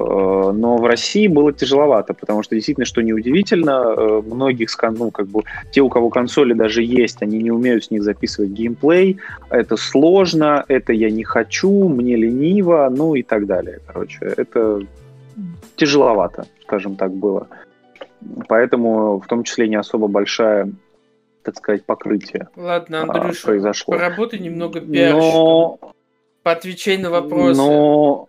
Speaker 1: Но в России было тяжеловато, потому что действительно, что неудивительно, многих, ну, как бы, те, у кого консоли даже есть, они не умеют с них записывать геймплей, это сложно, это я не хочу, мне лениво, ну и так далее. Короче, это тяжеловато, скажем так, было. Поэтому в том числе не особо большая, так сказать, покрытие
Speaker 2: Ладно,
Speaker 1: а,
Speaker 2: Андрюша,
Speaker 1: произошло.
Speaker 2: поработай немного пиарщиком.
Speaker 1: Но...
Speaker 2: Поотвечай на вопросы.
Speaker 1: Но...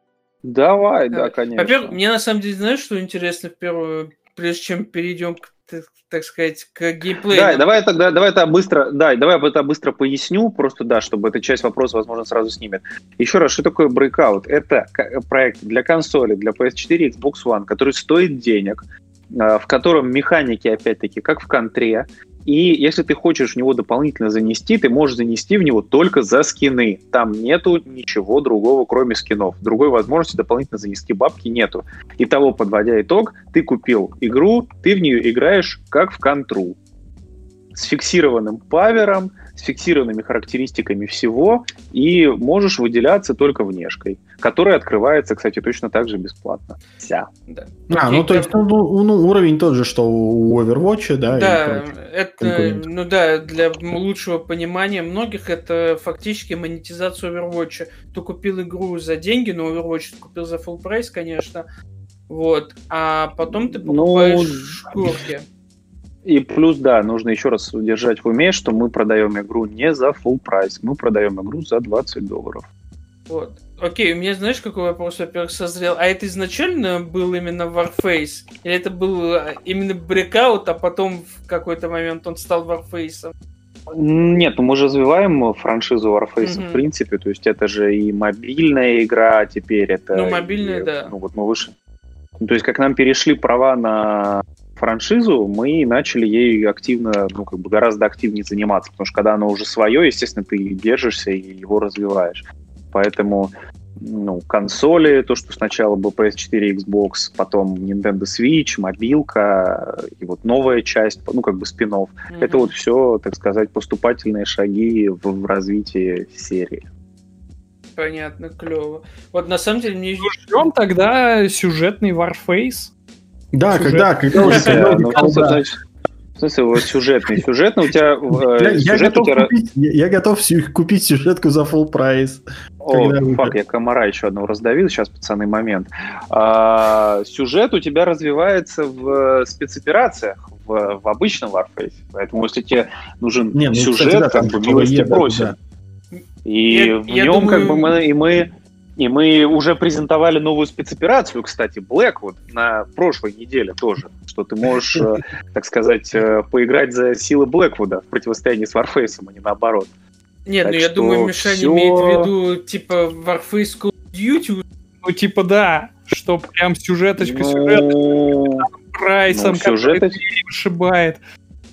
Speaker 1: Давай, да, конечно.
Speaker 2: Во-первых, мне на самом деле, знаешь, что интересно в первую, прежде чем перейдем, к, так, так сказать, к геймплею?
Speaker 1: Да, давай тогда, давай это быстро, да, давай я это быстро поясню, просто да, чтобы эта часть вопроса, возможно, сразу снимет. Еще раз, что такое Breakout? Это проект для консоли, для пи эс четыре, Xbox One, который стоит денег, в котором механики, опять-таки, как в контре. И если ты хочешь в него дополнительно занести, ты можешь занести в него только за скины. Там нету ничего другого, кроме скинов. Другой возможности дополнительно занести бабки нету. Итого, подводя итог, ты купил игру, ты в нее играешь как в контру. С фиксированным павером, с фиксированными характеристиками всего, и можешь выделяться только внешкой, которая открывается, кстати, точно так же бесплатно. Вся.
Speaker 2: Да.
Speaker 3: А,
Speaker 2: Окей,
Speaker 3: ну то есть ну, ну, ну, уровень тот же, что у Overwatch, да?
Speaker 2: Да,
Speaker 3: и прочее.
Speaker 2: это,
Speaker 3: конкурент.
Speaker 2: ну да, для лучшего понимания многих это фактически монетизация Overwatch. Ты купил игру за деньги, но Overwatch ты купил за full прайс, конечно, вот, а потом ты покупаешь
Speaker 1: Ну,
Speaker 2: шкурки.
Speaker 1: И плюс, да, нужно еще раз держать в уме, что мы продаем игру не за full прайс, мы продаем игру за двадцать долларов.
Speaker 2: Вот. Окей, у меня, знаешь, какой вопрос, во-первых, созрел? А это изначально был именно Warface? Или это был именно Breakout, а потом в какой-то момент он стал Warface?
Speaker 1: Нет, ну мы же развиваем франшизу Warface,
Speaker 2: Мгм.
Speaker 1: в принципе, то есть это же и мобильная игра теперь, это...
Speaker 2: Ну, мобильная,
Speaker 1: и,
Speaker 2: да.
Speaker 1: Ну вот мы выше. Ну, то есть как нам перешли права на франшизу, мы начали ей активно, ну как бы гораздо активнее заниматься, потому что когда оно уже свое, естественно, ты держишься и его развиваешь. Поэтому, ну, консоли, то, что сначала был пи эс четыре, Xbox, потом Nintendo Switch, мобилка, и вот новая часть, ну, как бы спин-офф.
Speaker 2: Мгм.
Speaker 1: Это вот все, так сказать, поступательные шаги в, в развитии серии.
Speaker 2: Понятно, клево. Вот на самом деле мне...
Speaker 4: Ждем тогда сюжетный Warface.
Speaker 3: Да,
Speaker 4: Сюжет.
Speaker 3: когда, когда уже
Speaker 1: Да, ну,
Speaker 3: когда-
Speaker 1: что значит, в смысле, вот сюжетный. Сюжетный у тебя...
Speaker 3: Я,
Speaker 1: э,
Speaker 3: я
Speaker 1: сюжет у
Speaker 3: готов
Speaker 1: тебя...
Speaker 3: купить, я, я готов сю- купить сюжетку за full прайс.
Speaker 1: О,
Speaker 3: когда выйдет.
Speaker 1: фак, я комара еще одного раздавил, сейчас, пацаны, момент. А, сюжет у тебя развивается в спецоперациях, в, в обычном Warface. Поэтому, если тебе нужен
Speaker 3: Не, ну,
Speaker 1: сюжет,
Speaker 3: кстати, да,
Speaker 1: как
Speaker 3: там
Speaker 1: бы
Speaker 3: такого
Speaker 1: милости
Speaker 3: есть, да,
Speaker 1: просим.
Speaker 3: да.
Speaker 1: И
Speaker 2: Я-
Speaker 1: в
Speaker 2: я
Speaker 1: нем
Speaker 2: думаю-
Speaker 1: как бы мы и мы и мы уже презентовали новую спецоперацию, кстати, Blackwood на прошлой неделе тоже, что ты можешь, э, так сказать, э, поиграть за силы Блэквуда в противостоянии с Warface, а не наоборот.
Speaker 2: Нет,
Speaker 1: Так
Speaker 2: ну я
Speaker 1: что
Speaker 2: думаю, Мишаня
Speaker 1: всё-
Speaker 2: имеет в виду, типа, Warface Call of Duty.
Speaker 4: Ну, типа, да, что прям сюжеточка,
Speaker 1: Ну,
Speaker 4: сюжеточка, прайсом,
Speaker 1: ну, сюжет
Speaker 4: который
Speaker 1: эти-
Speaker 4: двери вышибает.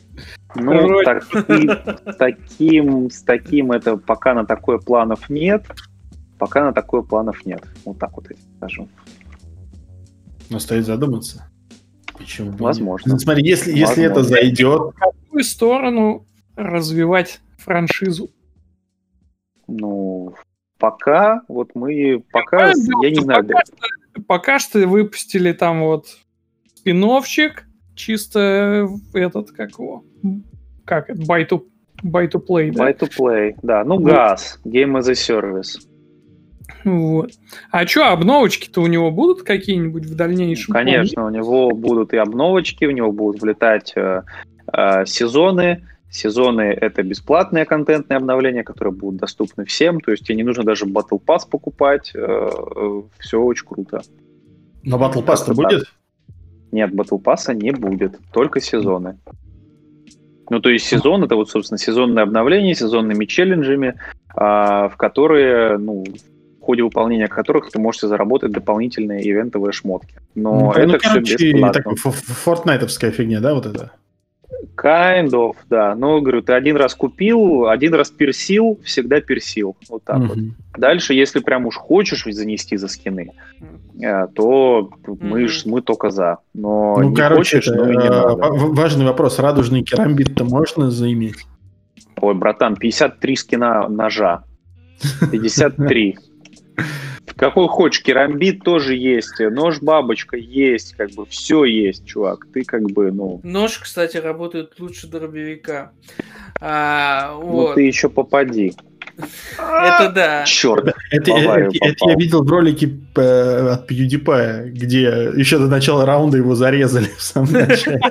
Speaker 1: Ну, так, с таким, с таким это пока на такое планов нет. Пока на такое планов нет. Вот так вот я скажу.
Speaker 3: Но стоит задуматься. Почему?
Speaker 1: Возможно.
Speaker 3: Ну, смотри, если, если это зайдет...
Speaker 4: В какую сторону развивать франшизу?
Speaker 1: Ну, пока, вот мы, пока,
Speaker 4: Ну,
Speaker 1: я не знаю.
Speaker 4: Пока, что, пока что выпустили там вот спин-оффчик, чисто этот, как его, как это, buy to, buy to play, да?
Speaker 1: Buy to play, да. Ну, газ, Game as a Service.
Speaker 4: Вот. А что, обновочки-то у него будут какие-нибудь в дальнейшем?
Speaker 1: Конечно, у него будут и обновочки, у него будут влетать э, э, сезоны. Сезоны — это бесплатные контентные обновления, которые будут доступны всем. То есть тебе не нужно даже Battle Pass покупать. Э, э, все очень круто.
Speaker 3: Но Battle Pass-то будет?
Speaker 1: Нет, Battle Pass не будет. Только сезоны. Ну, то есть сезон — это вот, собственно, сезонные обновления, сезонными челленджами, э, в которые, ну, в ходе выполнения которых ты можешь заработать дополнительные ивентовые шмотки. Но
Speaker 3: ну,
Speaker 1: это
Speaker 3: ну,
Speaker 1: все
Speaker 3: короче,
Speaker 1: бесплатно.
Speaker 3: Такая фортнайтовская фигня, да, вот это?
Speaker 1: Kind of, да. Но, говорю, ты один раз купил, один раз персил, всегда персил. Вот так
Speaker 3: Мгм.
Speaker 1: вот. Дальше, если прям уж хочешь занести за скины, э, то мы, ж- мы только за. Но
Speaker 3: Ну,
Speaker 1: не
Speaker 3: короче,
Speaker 1: хочешь,
Speaker 3: это,
Speaker 1: ну и не
Speaker 3: э,
Speaker 1: надо.
Speaker 3: в- важный вопрос. Радужный керамбит-то можно заиметь?
Speaker 1: Ой, братан, пятьдесят три скина ножа. пятьдесят три. Какой хочешь, керамбит тоже есть, нож-бабочка есть, как бы все есть, чувак. Ты как бы, ну...
Speaker 2: Нож, кстати, работает лучше дробовика. А,
Speaker 1: Ну
Speaker 2: вот.
Speaker 1: ты еще попади.
Speaker 2: Это да.
Speaker 1: Черт.
Speaker 3: Это,
Speaker 1: В аварию
Speaker 3: это- это
Speaker 1: попал.
Speaker 3: я видел в ролике э, от PewDiePie, где еще до начала раунда его зарезали в самом начале.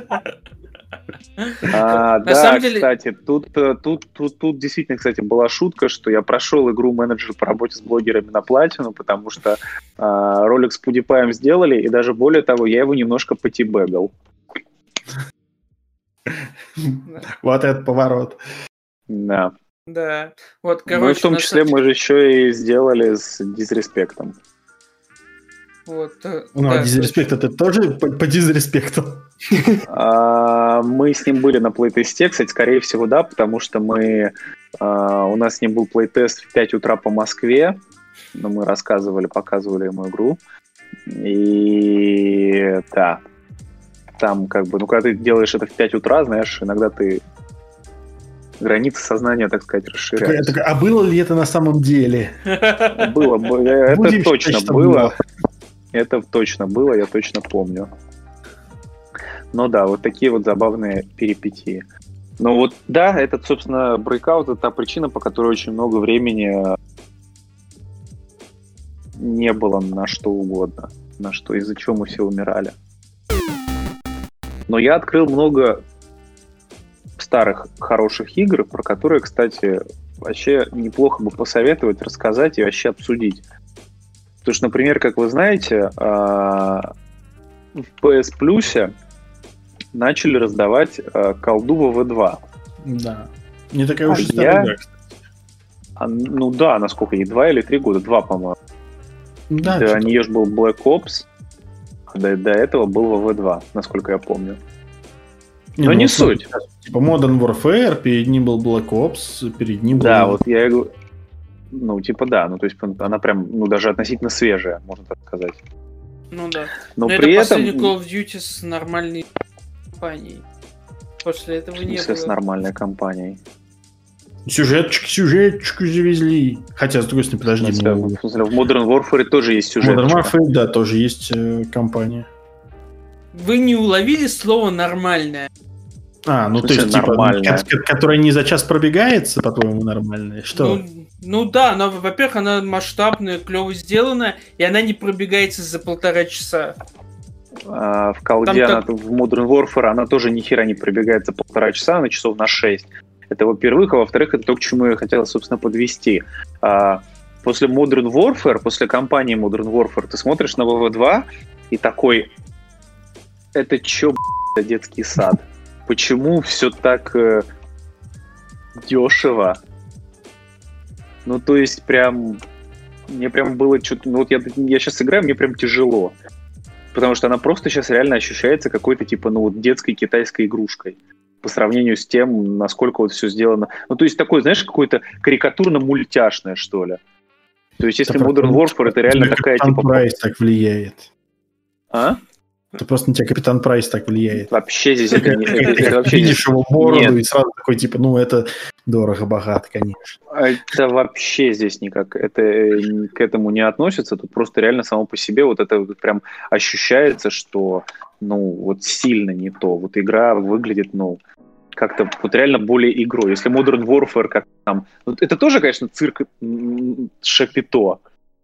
Speaker 1: А,
Speaker 2: На
Speaker 1: да,
Speaker 2: самом деле-
Speaker 1: кстати, тут, э, тут, тут, тут действительно, кстати, была шутка, что я прошел игру менеджер по работе с блогерами на платину, потому что а, ролик с PewDiePie сделали, и даже более того, я его немножко потибэгал.
Speaker 3: Вот этот поворот.
Speaker 1: Да.
Speaker 2: Да. Вот,
Speaker 1: Ну и
Speaker 2: короче,
Speaker 1: в том
Speaker 2: на
Speaker 1: числе
Speaker 2: са-
Speaker 1: мы же еще и сделали с дизреспектом.
Speaker 2: вот, э,
Speaker 3: Ну,
Speaker 2: да,
Speaker 3: а дизреспект это тоже по, по дизреспекту?
Speaker 1: А, мы с ним были на плейтесте, кстати, скорее всего, да, потому что мы а, у нас с ним был плейтест в пять утра по Москве, но мы рассказывали, показывали ему игру. И да, там как бы, ну, когда ты делаешь это в пять утра, знаешь, иногда ты границы сознания, так сказать,
Speaker 3: Такое-
Speaker 1: расширяются.
Speaker 3: такое, а было ли это на самом деле?
Speaker 1: Было, бы- это
Speaker 3: Будем
Speaker 1: точно
Speaker 3: считать, что
Speaker 1: было. Это точно было, я точно помню. Ну да, вот такие вот забавные перипетии. Ну вот, да, этот, собственно, брейкаут — это та причина, по которой очень много времени не было на что угодно, на что, из-за чего мы все умирали. Но я открыл много старых хороших игр, про которые, кстати, вообще неплохо бы посоветовать, рассказать и вообще обсудить. Потому что, например, как вы знаете, а, в пи эс Plus начали раздавать а, колду вэ вэ два.
Speaker 3: Да. Не такая уж
Speaker 1: А
Speaker 3: и старая
Speaker 1: я-
Speaker 3: игра, кстати.
Speaker 1: А, ну да, насколько ей, два или три года? Два, по-моему.
Speaker 3: Да,
Speaker 1: До
Speaker 3: что-то-
Speaker 1: нее же был Black Ops, а до, до этого был вэ вэ два, насколько я помню. Но не
Speaker 3: ну, смотри,
Speaker 1: суть.
Speaker 3: Типа Modern Warfare, перед ним был Black Ops, перед ним
Speaker 1: Да,
Speaker 3: был...
Speaker 1: вот я и говорю, ну, типа да, ну, то есть она прям, ну, даже относительно свежая, можно так сказать.
Speaker 2: Ну да.
Speaker 1: Но
Speaker 2: Но
Speaker 1: при
Speaker 2: это
Speaker 1: этом...
Speaker 2: последний Call of Duty с нормальной компанией. После этого
Speaker 1: В
Speaker 2: не
Speaker 1: смысле, с
Speaker 2: было.
Speaker 1: нормальной компанией.
Speaker 3: Сюжетчик, сюжетчику завезли. Хотя, с другой стороны,
Speaker 1: В
Speaker 3: подожди.
Speaker 1: смысле,
Speaker 3: ну,
Speaker 1: в смысле, в Modern Warfare тоже есть
Speaker 3: в
Speaker 1: сюжет.
Speaker 3: Modern Warfare, да, тоже есть э, компания.
Speaker 2: Вы не уловили слово «нормальное»?
Speaker 3: А, ну
Speaker 1: В
Speaker 3: то есть,
Speaker 1: смысле,
Speaker 3: типа,
Speaker 1: нормальная?
Speaker 3: ко- которая не за час пробегается, по-твоему, нормальная? Что?
Speaker 2: Ну, ну да, но, во-первых, она масштабная, клево сделана, и она не пробегается за полтора часа.
Speaker 1: А, в колде,
Speaker 2: Там
Speaker 1: она, в Modern Warfare она тоже ни хера не пробегает за полтора часа, она часов на шесть. Это во-первых, а во-вторых, это то, к чему я хотел, собственно, подвести. А, после Modern Warfare, после кампании Modern Warfare, ты смотришь на вэ вэ два и такой, это чё, б***ь, за детский сад? Почему все так э, дешево? Ну, то есть, прям, мне прям было что-то... Ну, вот я, я сейчас играю, мне прям тяжело. Потому что она просто сейчас реально ощущается какой-то, типа, ну, вот детской китайской игрушкой. по сравнению с тем, насколько вот все сделано. Ну, то есть такое, знаешь, какое-то карикатурно-мультяшное, что ли. То есть если Modern Warfare, это реально такая
Speaker 3: Капитан
Speaker 1: типа...
Speaker 3: Прайс так влияет.
Speaker 1: А?
Speaker 3: Это просто на тебя Капитан Прайс так влияет.
Speaker 1: Вообще здесь это не... это вообще
Speaker 3: видишь его бороду
Speaker 1: Нет.
Speaker 3: и сразу такой, типа, ну, это дорого-богато, конечно.
Speaker 1: Это вообще здесь никак это к этому не относится. Тут просто реально само по себе вот это вот прям ощущается, что ну вот сильно не то. Вот игра выглядит, ну, как-то вот реально более игрой. Если Modern Warfare как там... Вот это тоже, конечно, цирк Шапито,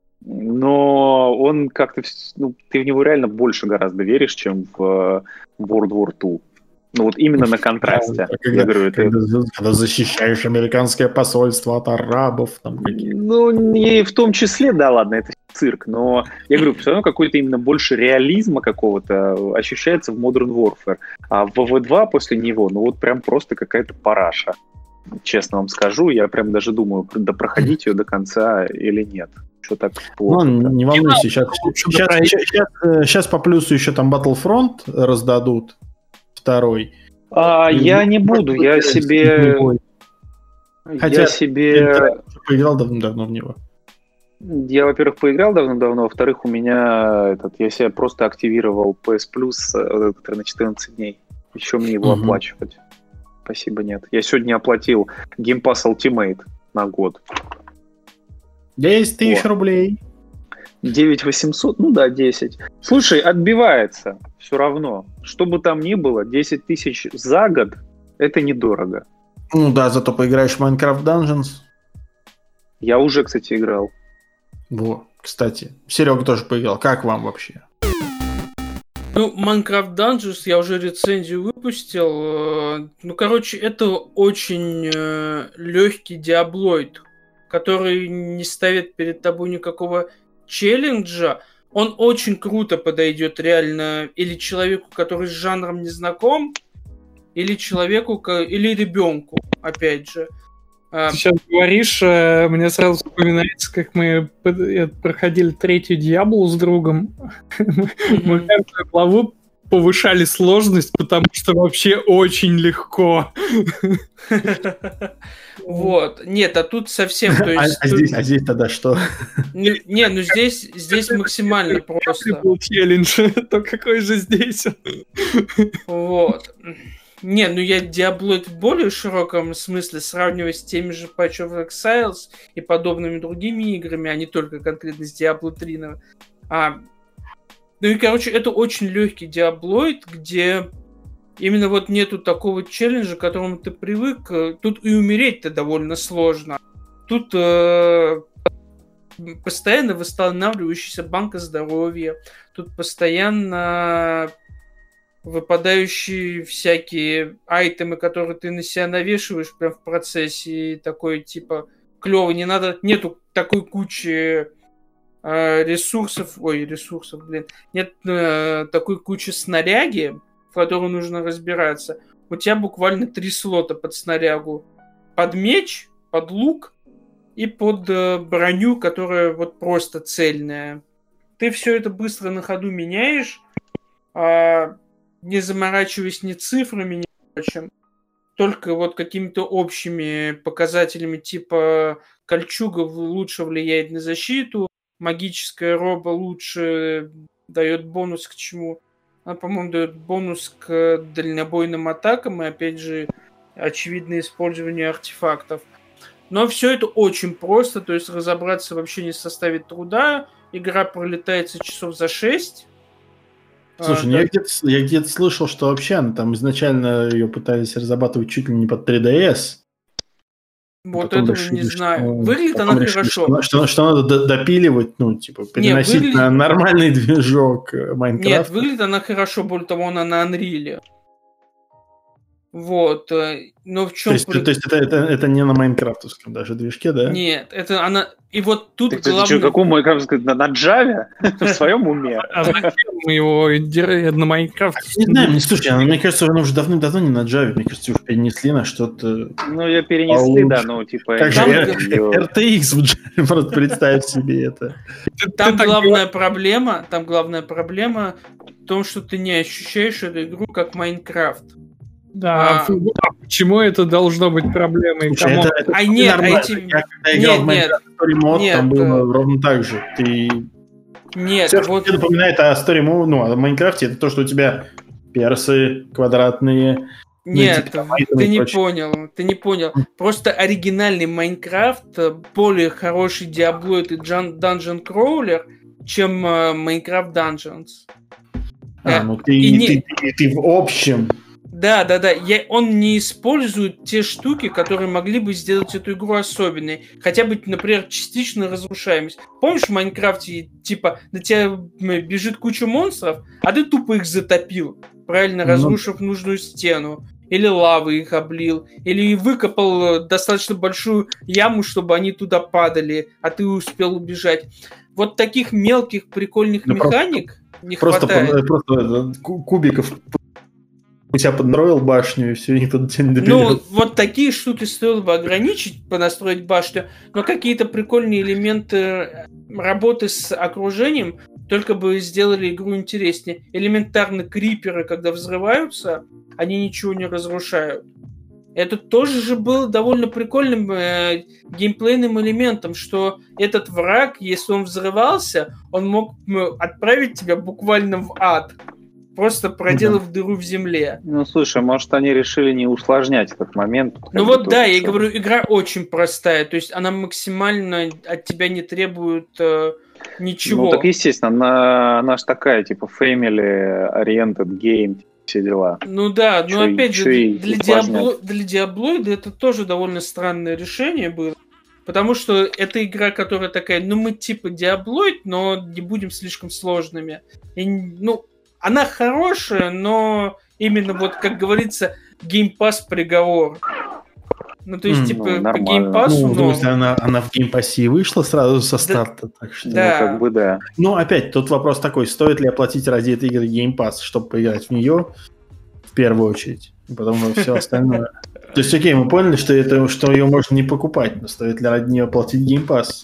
Speaker 1: но он как-то... Ну, ты в него реально больше гораздо веришь, чем в World War Two. Ну вот именно на контрасте.
Speaker 3: Да, когда,
Speaker 1: я говорю, это...
Speaker 3: когда, когда защищаешь американское посольство от арабов. Там какие-то.
Speaker 1: Ну, не в том числе, да, ладно, это цирк, но я говорю, все равно какой-то именно больше реализма какого-то ощущается в Modern Warfare. А в ви ви два после него, ну вот прям просто какая-то параша. Честно вам скажу, я прям даже думаю, да проходить ее до конца или нет. Что так плохо?
Speaker 3: Ну, не волнуйся, сейчас, сейчас, сейчас, сейчас по плюсу еще там Battlefront раздадут. Второй.
Speaker 1: А, я не буду, я себе...
Speaker 3: Хотя
Speaker 1: я себе...
Speaker 3: Я поиграл давно-давно в него.
Speaker 1: Я, во-первых, поиграл давно-давно, во-вторых, у меня этот, я себе просто активировал пи эс Plus, который на четырнадцать дней. Еще мне его угу. оплачивать. Спасибо, нет. Я сегодня оплатил Game Pass Ultimate на год.
Speaker 3: десять тысяч рублей.
Speaker 1: девять восемьсот, ну да, десять. Слушай, отбивается все равно. Что бы там ни было, десять тысяч за год, это недорого.
Speaker 3: Ну да, зато поиграешь в Minecraft Dungeons.
Speaker 1: Я уже, кстати, играл.
Speaker 3: Во, кстати. Серега тоже поиграл. Как вам вообще?
Speaker 2: Ну, Minecraft Dungeons я уже рецензию выпустил. Ну, короче, это очень э, легкий диаблоид, который не ставит перед тобой никакого челленджа. Он очень круто подойдет реально или человеку, который с жанром не знаком, или человеку, или ребенку, опять же.
Speaker 4: Ты сейчас говоришь, мне сразу вспоминается, как мы проходили третью Диаблу с другом. Мы каждую главу повышали сложность, потому что вообще очень легко.
Speaker 2: Вот. Нет, а тут совсем... То есть,
Speaker 3: а, а,
Speaker 2: тут...
Speaker 3: здесь, а здесь тогда что?
Speaker 2: Не, не ну здесь, здесь максимально просто.
Speaker 4: Если был челлендж, то какой же здесь?
Speaker 2: Вот. Не, ну я Диаблоид в более широком смысле сравниваю с теми же Patch of Exiles и подобными другими играми, а не только конкретно с Diablo три. А, ну и, короче, это очень легкий Диаблоид, где именно вот нету такого челленджа, к которому ты привык. Тут и умереть-то довольно сложно. Тут э, постоянно восстанавливающаяся банка здоровья. Тут постоянно выпадающие всякие айтемы, которые ты на себя навешиваешь прям в процессе, и такой типа клёвый, не надо, нету такой кучи э, ресурсов, ой, ресурсов, блин, нет э, такой кучи снаряги, в которой нужно разбираться. У тебя буквально три слота под снарягу. Под меч, под лук и под э, броню, которая вот просто цельная. Ты все это быстро на ходу меняешь, а не заморачиваясь ни цифрами, ни прочим, только вот какими-то общими показателями, типа кольчуга лучше влияет на защиту, магическая роба лучше дает бонус к чему? Она, по-моему, дает бонус к дальнобойным атакам и, опять же, очевидное использование артефактов. Но все это очень просто, то есть разобраться вообще не составит труда. Игра пролетается часов за шесть.
Speaker 3: Слушай, а, я, да. где-то, я где-то слышал, что вообще там изначально ее пытались разрабатывать чуть ли не под три ди эс.
Speaker 2: Вот этого решили, не знаю. Что, выглядит она решили, хорошо.
Speaker 3: Что, что, что надо допиливать, ну, типа, переносить не, выглядит... на нормальный движок Майнкрафта.
Speaker 2: Нет, выглядит она хорошо, более того, она на Unreal. Вот. Но в чем...
Speaker 3: То есть, то есть это, это, это не на майнкрафтовском даже движке, да?
Speaker 2: Нет, это она... И вот тут
Speaker 1: так,
Speaker 2: главное...
Speaker 1: Что, какому майнкрафтовскому? На, на Java? В своем уме?
Speaker 4: А зачем мы его на майнкрафтовском?
Speaker 3: Не знаю, слушай, мне кажется, она уже давным-давно не на Java. Мне кажется, уже перенесли на что-то...
Speaker 1: Ну, ее перенесли, да, ну, типа...
Speaker 3: Как же эр ти экс в Java, просто представь себе это.
Speaker 2: Там главная проблема, там главная проблема в том, что ты не ощущаешь эту игру как Майнкрафт.
Speaker 4: Да,
Speaker 2: А.
Speaker 4: а почему это должно быть проблемой?
Speaker 3: Слушай,
Speaker 4: Кому?
Speaker 3: это- это
Speaker 2: А нет,
Speaker 3: нормально.
Speaker 2: а эти-
Speaker 3: Я когда играл
Speaker 2: нет,
Speaker 3: в
Speaker 2: нет.
Speaker 3: Minecraft Story Mode,
Speaker 2: Нет,
Speaker 3: там было
Speaker 2: э,
Speaker 3: ровно так же. Ты...
Speaker 2: Нет,
Speaker 3: Все, что
Speaker 2: вот...
Speaker 3: тебе напоминает о Story Mode, ну, о Майнкрафте, это то, что у тебя персы квадратные.
Speaker 2: Нет,
Speaker 3: типа, Python
Speaker 2: ты
Speaker 3: и
Speaker 2: не
Speaker 3: прочее.
Speaker 2: понял, ты не понял. Просто оригинальный Майнкрафт э, более хороший диаблоид и Джан- Dungeon Crawler, чем э, Minecraft Dungeons.
Speaker 3: А,
Speaker 2: Э,
Speaker 3: ну ты,
Speaker 2: и не-
Speaker 3: ты, ты, ты в общем.
Speaker 2: Да, да, да. Я, он не использует те штуки, которые могли бы сделать эту игру особенной. Хотя бы, например, частично разрушаемость. Помнишь, в Майнкрафте, типа, на тебя м, бежит куча монстров, а ты тупо их затопил, правильно,
Speaker 3: Ну.
Speaker 2: разрушив нужную стену. Или лавы их облил, или выкопал э, достаточно большую яму, чтобы они туда падали, а ты успел убежать. Вот таких мелких прикольных
Speaker 3: Да просто-
Speaker 2: механик не
Speaker 3: Просто,
Speaker 2: хватает.
Speaker 3: под- просто э, ку- кубиков у тебя поднастроил башню, и все, никто до тебя не
Speaker 2: Ну,
Speaker 3: доберется.
Speaker 2: вот такие штуки стоило бы ограничить, понастроить башню, но какие-то прикольные элементы работы с окружением только бы сделали игру интереснее. Элементарно криперы, когда взрываются, они ничего не разрушают. Это тоже же было довольно прикольным э, геймплейным элементом, что этот враг, если он взрывался, он мог м, отправить тебя буквально в ад, просто проделав дыру в земле.
Speaker 1: Ну, слушай, может, они решили не усложнять этот момент.
Speaker 2: Ну
Speaker 1: Как
Speaker 2: вот
Speaker 1: бы
Speaker 2: да,
Speaker 1: тоже
Speaker 2: я и
Speaker 1: всё.
Speaker 2: говорю, игра очень простая, то есть она максимально от тебя не требует э, ничего.
Speaker 1: Ну, так естественно, она, она ж такая, типа, family-oriented game, все дела.
Speaker 2: Ну да, но
Speaker 1: Чё и-
Speaker 2: опять же,
Speaker 1: чё и
Speaker 2: для,
Speaker 1: усложнять.
Speaker 2: диабло... для диаблоида это тоже довольно странное решение было. Потому что это игра, которая такая, ну мы типа диаблоид, но не будем слишком сложными. И, ну, она хорошая, но именно вот, как говорится, геймпасс приговор. Ну, то есть,
Speaker 3: М,
Speaker 2: типа,
Speaker 1: ну,
Speaker 2: по
Speaker 1: нормально.
Speaker 2: геймпассу,
Speaker 3: Ну, в смысле, она, она в геймпассе и вышла сразу со старта, так что...
Speaker 2: Да.
Speaker 1: Ну, как бы да.
Speaker 3: Ну, опять, тут вопрос такой, стоит ли оплатить ради этой игры Game Pass, чтобы поиграть в нее, в первую очередь, и потом все остальное. То есть, окей, мы поняли, что, это, что ее можно не покупать, но стоит ли ради нее платить Game Pass?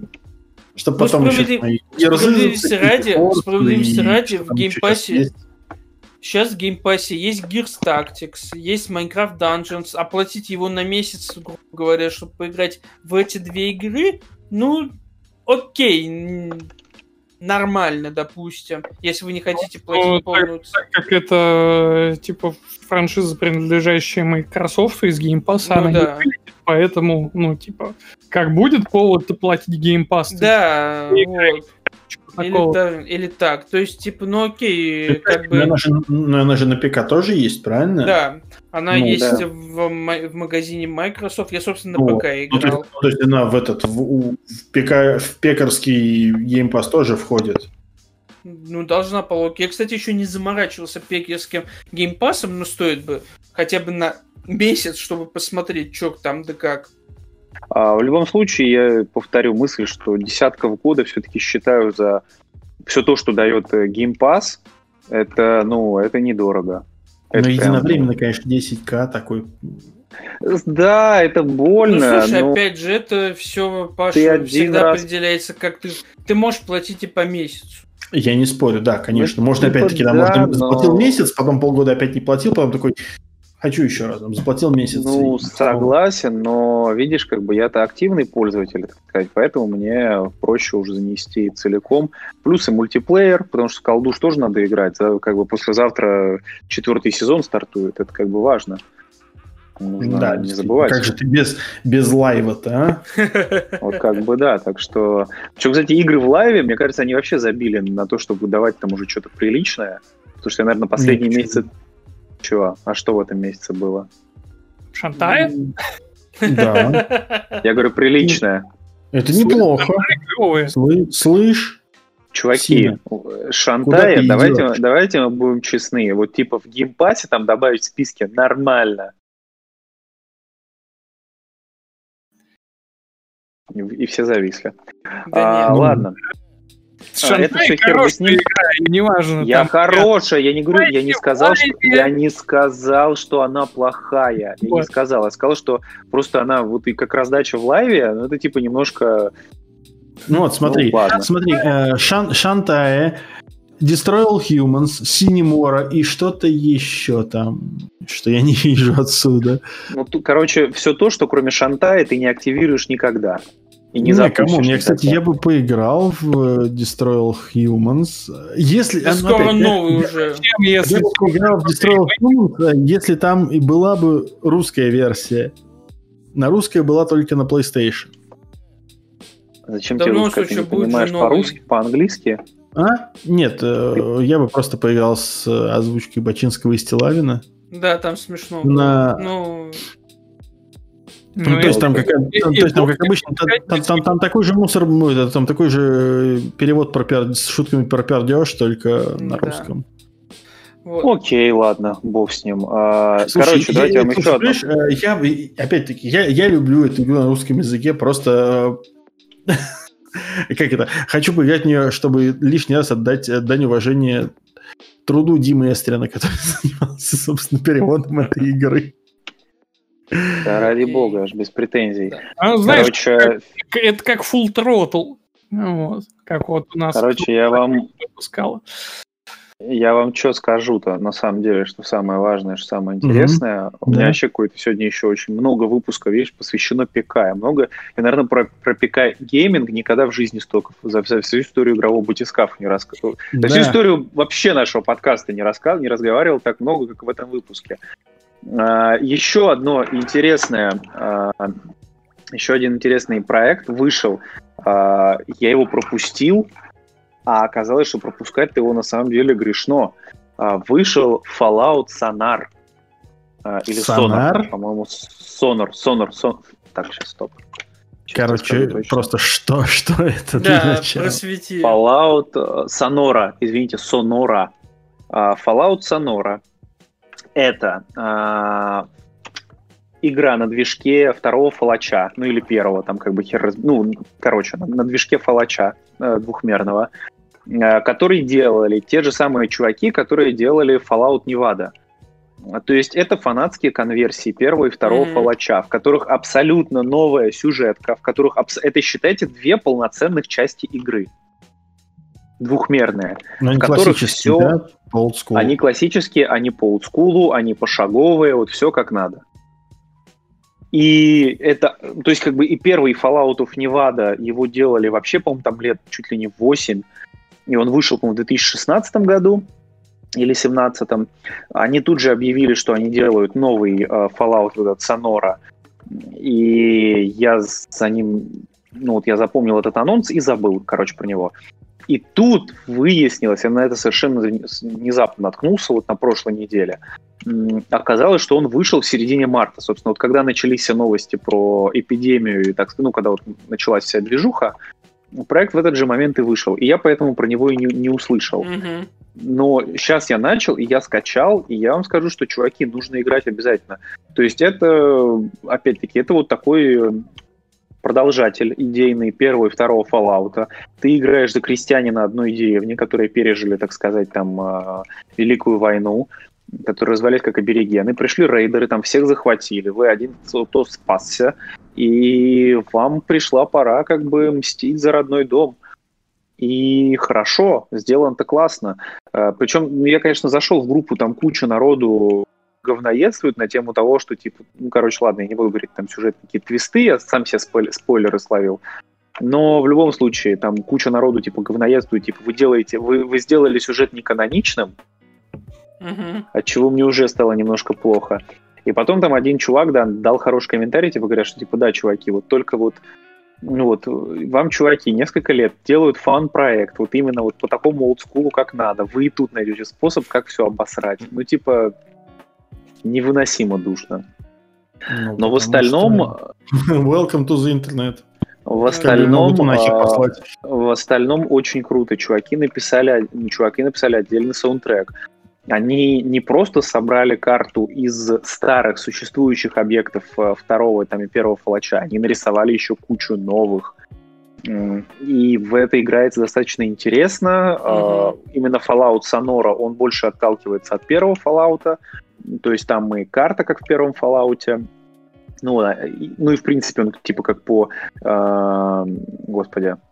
Speaker 3: Чтобы
Speaker 2: Ну,
Speaker 3: потом еще...
Speaker 2: справедлив-
Speaker 3: свои
Speaker 2: справедливости
Speaker 3: Gears
Speaker 2: ради-
Speaker 3: Force
Speaker 2: справедливости
Speaker 3: и
Speaker 2: ради
Speaker 3: что
Speaker 2: в
Speaker 3: там
Speaker 2: Game
Speaker 3: еще сейчас
Speaker 2: Pass'е
Speaker 3: есть.
Speaker 2: Сейчас в геймпассе есть Gears Tactics, есть Minecraft Dungeons. Оплатить его на месяц, грубо говоря, чтобы поиграть в эти две игры, ну, окей, н- нормально, допустим. Если вы не хотите платить
Speaker 4: Ну,
Speaker 2: полную цену.
Speaker 4: Так как это, типа, франшиза, принадлежащая Microsoft из Game Pass,
Speaker 2: Ну
Speaker 4: она
Speaker 2: да.
Speaker 4: не вылетит, поэтому, ну, типа, как будет повод платить Game Pass?
Speaker 2: Да,
Speaker 4: не
Speaker 2: вот.
Speaker 4: Типа
Speaker 2: Или,
Speaker 4: такого.
Speaker 2: та- или так. То есть, типа, ну окей, как
Speaker 3: Но
Speaker 2: бы...
Speaker 3: она, же, но она же на ПК тоже есть, правильно?
Speaker 2: Да, она
Speaker 3: Ну,
Speaker 2: есть
Speaker 1: да.
Speaker 2: в, ма- в магазине Microsoft. Я, собственно, на
Speaker 3: Ну,
Speaker 2: ПК
Speaker 3: Ну, то,
Speaker 2: играл.
Speaker 3: есть, ну, то есть она в этот в, у- в, пека- в пекарский Game Pass тоже входит.
Speaker 2: Ну, должна по логике. Я, кстати, еще не заморачивался пекерским геймпасом, но стоит бы хотя бы на месяц, чтобы посмотреть, что там да как.
Speaker 1: А в любом случае, я повторю мысль, что десятков года все-таки считаю за все то, что дает э, Game Pass, это, ну, это недорого.
Speaker 3: Но
Speaker 1: Это прям-
Speaker 3: единовременно, конечно, десять ка такой.
Speaker 1: Да, это
Speaker 2: Ну,
Speaker 1: больно,
Speaker 2: слушай,
Speaker 1: но
Speaker 2: опять же, это все,
Speaker 1: Ты
Speaker 2: Паша,
Speaker 1: один
Speaker 2: всегда
Speaker 1: раз-
Speaker 2: определяется, как ты... Ты можешь платить и по месяцу.
Speaker 3: Я не спорю, да, конечно.
Speaker 1: Ну,
Speaker 3: Можно
Speaker 1: типа,
Speaker 3: опять-таки, да,
Speaker 1: да,
Speaker 3: можно
Speaker 1: но-
Speaker 3: заплатил месяц, потом полгода опять не платил, потом такой, хочу еще раз, там, заплатил месяц.
Speaker 1: ну,
Speaker 3: и-
Speaker 1: согласен, но видишь, как бы я-то активный пользователь, так сказать, поэтому мне проще уже занести целиком. Плюс и мультиплеер, потому что в колду ж тоже надо играть. Да, как бы послезавтра четвертый сезон стартует, это как бы важно. Нужно
Speaker 3: Да,
Speaker 1: не
Speaker 3: действительно.
Speaker 1: забывать.
Speaker 3: Как же ты без, без лайва-то, а?
Speaker 1: Вот как бы да, так что... Причем, кстати, игры в лайве, мне кажется, они вообще забили на то, чтобы давать там уже что-то приличное. Потому что я, наверное, последние
Speaker 3: Ничего.
Speaker 1: месяцы... Чего? А что в этом месяце было?
Speaker 4: Шантая?
Speaker 3: Да,
Speaker 1: Я говорю, приличное.
Speaker 3: это неплохо.
Speaker 4: Клевые.
Speaker 3: Слы- Слышь,
Speaker 1: Чуваки,
Speaker 3: Сина.
Speaker 1: Шантая,
Speaker 3: Куда ты
Speaker 1: давайте,
Speaker 3: идешь?
Speaker 1: давайте мы будем честны. Вот типа в геймпассе там добавить в списке нормально. И, и все зависли.
Speaker 2: Да
Speaker 1: А,
Speaker 2: нет.
Speaker 1: ладно.
Speaker 4: Шантая
Speaker 1: это всё хер бы
Speaker 4: хорошая
Speaker 1: с ним.
Speaker 4: игра, и неважно.
Speaker 1: Я
Speaker 4: там,
Speaker 1: хорошая, я не говорю, я не
Speaker 4: Лайки,
Speaker 1: сказал, что,
Speaker 4: лайки.
Speaker 1: я не сказал, что она плохая. Я не
Speaker 4: Вот.
Speaker 1: сказал, я сказал, что просто она вот и как раздача в лайве, ну это типа немножко.
Speaker 3: ну вот смотри,
Speaker 1: Ну, ладно.
Speaker 3: смотри, э, Шан- Шантае Destroy All Humans, Синемора и что-то еще там, что я не вижу отсюда.
Speaker 1: Ну, тут, короче, все то, что кроме Шантая ты не активируешь никогда. И не,
Speaker 3: не кому, я, кстати,
Speaker 1: никогда.
Speaker 3: я бы поиграл в Destroy All Humans. Если,
Speaker 2: Да скоро
Speaker 3: опять,
Speaker 2: новый
Speaker 3: я,
Speaker 2: уже.
Speaker 3: Если я бы поиграл в Destroy All Humans, если там и была бы русская версия. На русская была только на PlayStation.
Speaker 1: Зачем
Speaker 2: Да,
Speaker 1: тебе
Speaker 2: в любом
Speaker 1: русская? Ты
Speaker 2: случае,
Speaker 1: не
Speaker 2: будет
Speaker 1: понимаешь
Speaker 2: же новый.
Speaker 1: по-русски, по-английски?
Speaker 3: А? Нет, э, я бы просто поиграл с озвучкой Бачинского и Стилавина.
Speaker 2: Да, там смешно.
Speaker 3: На...
Speaker 2: Ну,
Speaker 3: Ну,
Speaker 4: Ну,
Speaker 3: то есть
Speaker 4: и-
Speaker 3: там, как, там,
Speaker 4: и-
Speaker 3: то
Speaker 4: и
Speaker 3: есть там,
Speaker 4: вот
Speaker 3: как обычно, там,
Speaker 4: опять
Speaker 3: там, там, там такой же мусор, ну, это, там такой же перевод про пер... с шутками про пердеж, только на
Speaker 2: Да.
Speaker 3: русском.
Speaker 2: вот.
Speaker 1: Окей, ладно, бог с ним. А,
Speaker 3: Слушай,
Speaker 1: короче, давайте я вам еще одну.
Speaker 3: слушай, э, я, и- опять-таки, я, я люблю эту игру на русском языке, просто... э, Как это? Хочу поиграть в нее, чтобы лишний раз отдать э, дань уважения труду Димы Эстрина, который занимался, собственно, переводом этой игры.
Speaker 1: Да, ради
Speaker 2: Окей.
Speaker 1: бога, аж без претензий.
Speaker 4: А, знаешь,
Speaker 1: Короче,
Speaker 4: к- это как Full Throttle. Ну, вот, как вот у нас
Speaker 1: короче, я вам,
Speaker 4: выпускала.
Speaker 1: я вам что скажу-то, на самом деле, что самое важное, что самое интересное. У меня
Speaker 3: Да.
Speaker 1: вообще какое-то сегодня еще очень много выпусков, видишь, посвящено ПК. Я много, я, наверное, про, про ПК гейминг никогда в жизни столько, за, за всю историю игрового батискафа не рассказывал. За всю
Speaker 3: Да.
Speaker 1: историю вообще нашего подкаста не рассказывал, не разговаривал так много, как в этом выпуске. А, еще одно интересное, а, еще один интересный проект вышел. А, я его пропустил, а оказалось, что пропускать-то его на самом деле грешно. А, вышел Fallout Sonar. А, или
Speaker 3: Sonar?
Speaker 1: Sonar, по-моему, Sonar, Sonar, Sonar. Так, сейчас, стоп. Сейчас я
Speaker 3: Короче,
Speaker 1: скажу точно.
Speaker 3: просто что, что это для
Speaker 2: Да,
Speaker 3: начала?
Speaker 2: просвети.
Speaker 1: Fallout э, Sonora, извините, Sonora. А, Fallout Sonora. Это а, игра на движке второго фалача, ну или первого, там как бы хер раз... Ну, короче, на, на движке фалача э, двухмерного, э, который делали те же самые чуваки, которые делали Fallout Nevada. То есть это фанатские конверсии первого и второго
Speaker 2: Мгм.
Speaker 1: фалача, в которых абсолютно новая сюжетка, в которых абс- это, считайте, две полноценных части игры. Двухмерные.
Speaker 3: Ну, они
Speaker 1: в которых
Speaker 3: классические,
Speaker 1: всё-
Speaker 3: да? Old school.
Speaker 1: Они классические, они по олдскулу, они пошаговые, вот все как надо. И это, то есть как бы и первый Fallout of Nevada его делали вообще, по-моему, там лет чуть ли не восемь, и он вышел, по-моему, в две тысячи шестнадцатом году или две тысячи семнадцатом. Они тут же объявили, что они делают новый э, Fallout, вот этот Sonora, и я за ним, ну вот я запомнил этот анонс и забыл, короче, про него. И тут выяснилось, я на это совершенно внезапно наткнулся вот на прошлой неделе, м, оказалось, что он вышел в середине марта. Собственно, вот когда начались все новости про эпидемию, и так, ну, когда вот началась вся движуха, проект в этот же момент и вышел. И я поэтому про него и не, не услышал.
Speaker 2: Мгм.
Speaker 1: Но сейчас я начал, и я скачал, и я вам скажу, что, чуваки, нужно играть обязательно. То есть это, опять-таки, это вот такой продолжатель идейный первого и второго Fallout. Ты играешь за крестьянина одной деревни, которые пережили, так сказать, там э, Великую войну, которые развалились как аборигены. Пришли рейдеры, там всех захватили. Вы один кто спасся, и вам пришла пора как бы мстить за родной дом. И хорошо, сделано-то классно. Э, причем я, конечно, зашел в группу, там куча народу говноедствует на тему того, что, типа, ну, короче, ладно, я не буду говорить, там, сюжет, какие-то твисты, я сам себе спойлер, спойлеры словил, но в любом случае, там, куча народу, типа, говноедствует, типа, вы делаете, вы, вы сделали сюжет неканоничным,
Speaker 2: Мгм.
Speaker 1: отчего мне уже стало немножко плохо. И потом там один чувак, да, дал хороший комментарий, типа, говорят, что, типа, да, чуваки, вот только вот, ну вот, вам, чуваки, несколько лет делают фан-проект, вот именно вот по такому олдскулу, как надо, вы и тут найдете способ, как все обосрать. Ну, типа, невыносимо душно.
Speaker 3: Ну,
Speaker 1: Но в
Speaker 3: потому
Speaker 1: остальном,
Speaker 3: что- Welcome to the internet.
Speaker 1: в
Speaker 3: Как бы могут
Speaker 1: остальном,
Speaker 3: нахер
Speaker 1: а,
Speaker 3: послать.
Speaker 1: в остальном очень круто. Чуваки написали, чуваки написали отдельный саундтрек. Они не просто собрали карту из старых существующих объектов э, второго там, и первого фалача, они нарисовали еще кучу новых. М, И в это играется достаточно интересно. Э, Именно Fallout Sonora, он больше отталкивается от первого Fallout. То есть там и карта, как в первом Fallout. Ну, а, и- ну и в принципе он типа как по... э, господи...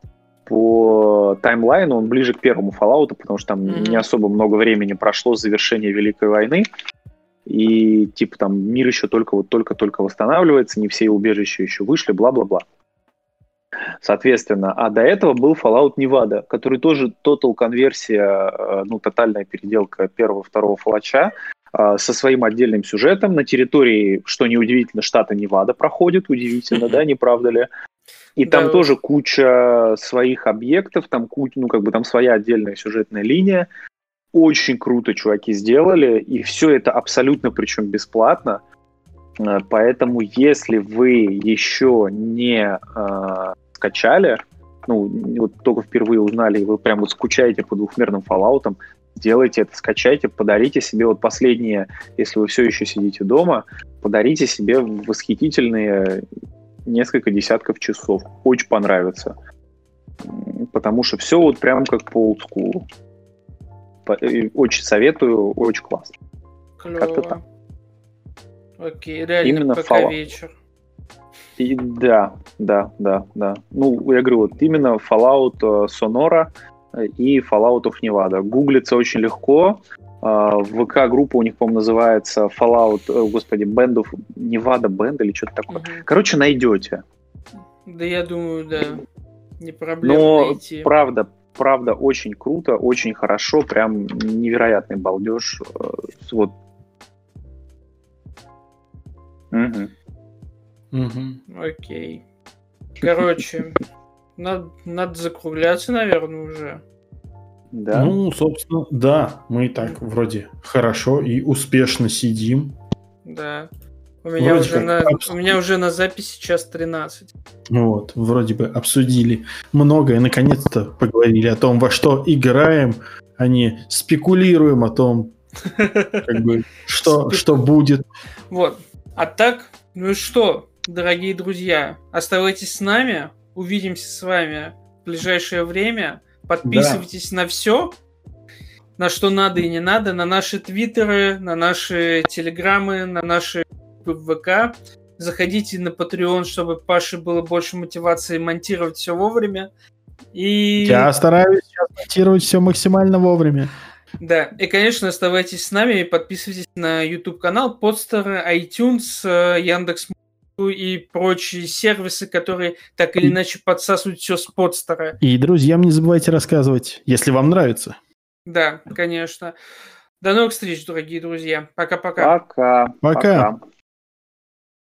Speaker 1: по таймлайну он ближе к первому Fallout, потому что там
Speaker 2: Mm-hmm.
Speaker 1: не особо много времени прошло с завершения Великой войны. И типа там мир еще только вот только-только восстанавливается, не все убежища еще вышли, бла-бла-бла. Соответственно, а до этого был Fallout Nevada, который тоже тотал-конверсия, ну, тотальная переделка первого-второго фалача со своим отдельным сюжетом на территории, что неудивительно, штата Невада проходит, удивительно, да, не правда ли? И там
Speaker 2: Да.
Speaker 1: тоже куча своих объектов, там куча, ну, как бы там своя отдельная сюжетная линия. Очень круто чуваки сделали, и все это абсолютно причем бесплатно. Поэтому, если вы еще не э, скачали, ну, вот только впервые узнали, и вы прям вот скучаете по двухмерным Fallout'ам, делайте это, скачайте, подарите себе вот последние, если вы все еще сидите дома, подарите себе восхитительные несколько десятков часов. Очень понравится. Потому что все вот прям как по олдскулу. Очень советую, очень классно.
Speaker 2: Клево.
Speaker 1: Как-то так.
Speaker 2: Окей, реально
Speaker 1: Именно
Speaker 2: пока
Speaker 1: Fallout.
Speaker 2: вечер. И
Speaker 1: да, да, да, да. Ну, я говорю, вот именно Fallout Sonora и Fallout of Nevada. Гуглится очень легко. ВК-группа у них, по-моему, называется Fallout, господи, Band of Nevada Band или что-то такое.
Speaker 2: Угу.
Speaker 1: Короче, найдете.
Speaker 2: Да, я думаю, да. Не проблема
Speaker 1: Но,
Speaker 2: найти.
Speaker 1: правда, правда, очень круто, очень хорошо, прям невероятный балдеж. Вот. Угу.
Speaker 3: Угу.
Speaker 2: Окей. Короче, надо, надо закругляться, наверное, уже.
Speaker 1: Да.
Speaker 3: Ну, собственно, да, мы и так вроде хорошо и успешно сидим.
Speaker 2: Да. У меня,
Speaker 3: Вроде
Speaker 2: уже
Speaker 3: как
Speaker 2: на,
Speaker 3: абс-
Speaker 2: у меня уже на записи час тринадцать.
Speaker 3: Вот, вроде бы обсудили многое, наконец-то поговорили о том, во что играем, а не спекулируем о том, как бы, что, что будет.
Speaker 2: Вот. А так, ну и что, дорогие друзья, оставайтесь с нами, увидимся с вами в ближайшее время. Подписывайтесь да. на все, на что надо и не надо, на наши твиттеры, на наши телеграммы, на наши ВК. Заходите на Patreon, чтобы Паше было больше мотивации монтировать все вовремя. И...
Speaker 3: Я стараюсь сейчас монтировать все максимально вовремя.
Speaker 2: Да, и, конечно, оставайтесь с нами и подписывайтесь на YouTube-канал, Podster, iTunes, Яндекс.Музыку и прочие сервисы, которые так или иначе подсасывают все с Podster.
Speaker 3: И друзьям не забывайте рассказывать, если вам нравится.
Speaker 2: Да, конечно. До новых встреч, дорогие друзья. Пока-пока.
Speaker 1: Пока.
Speaker 3: Пока.
Speaker 1: Пока.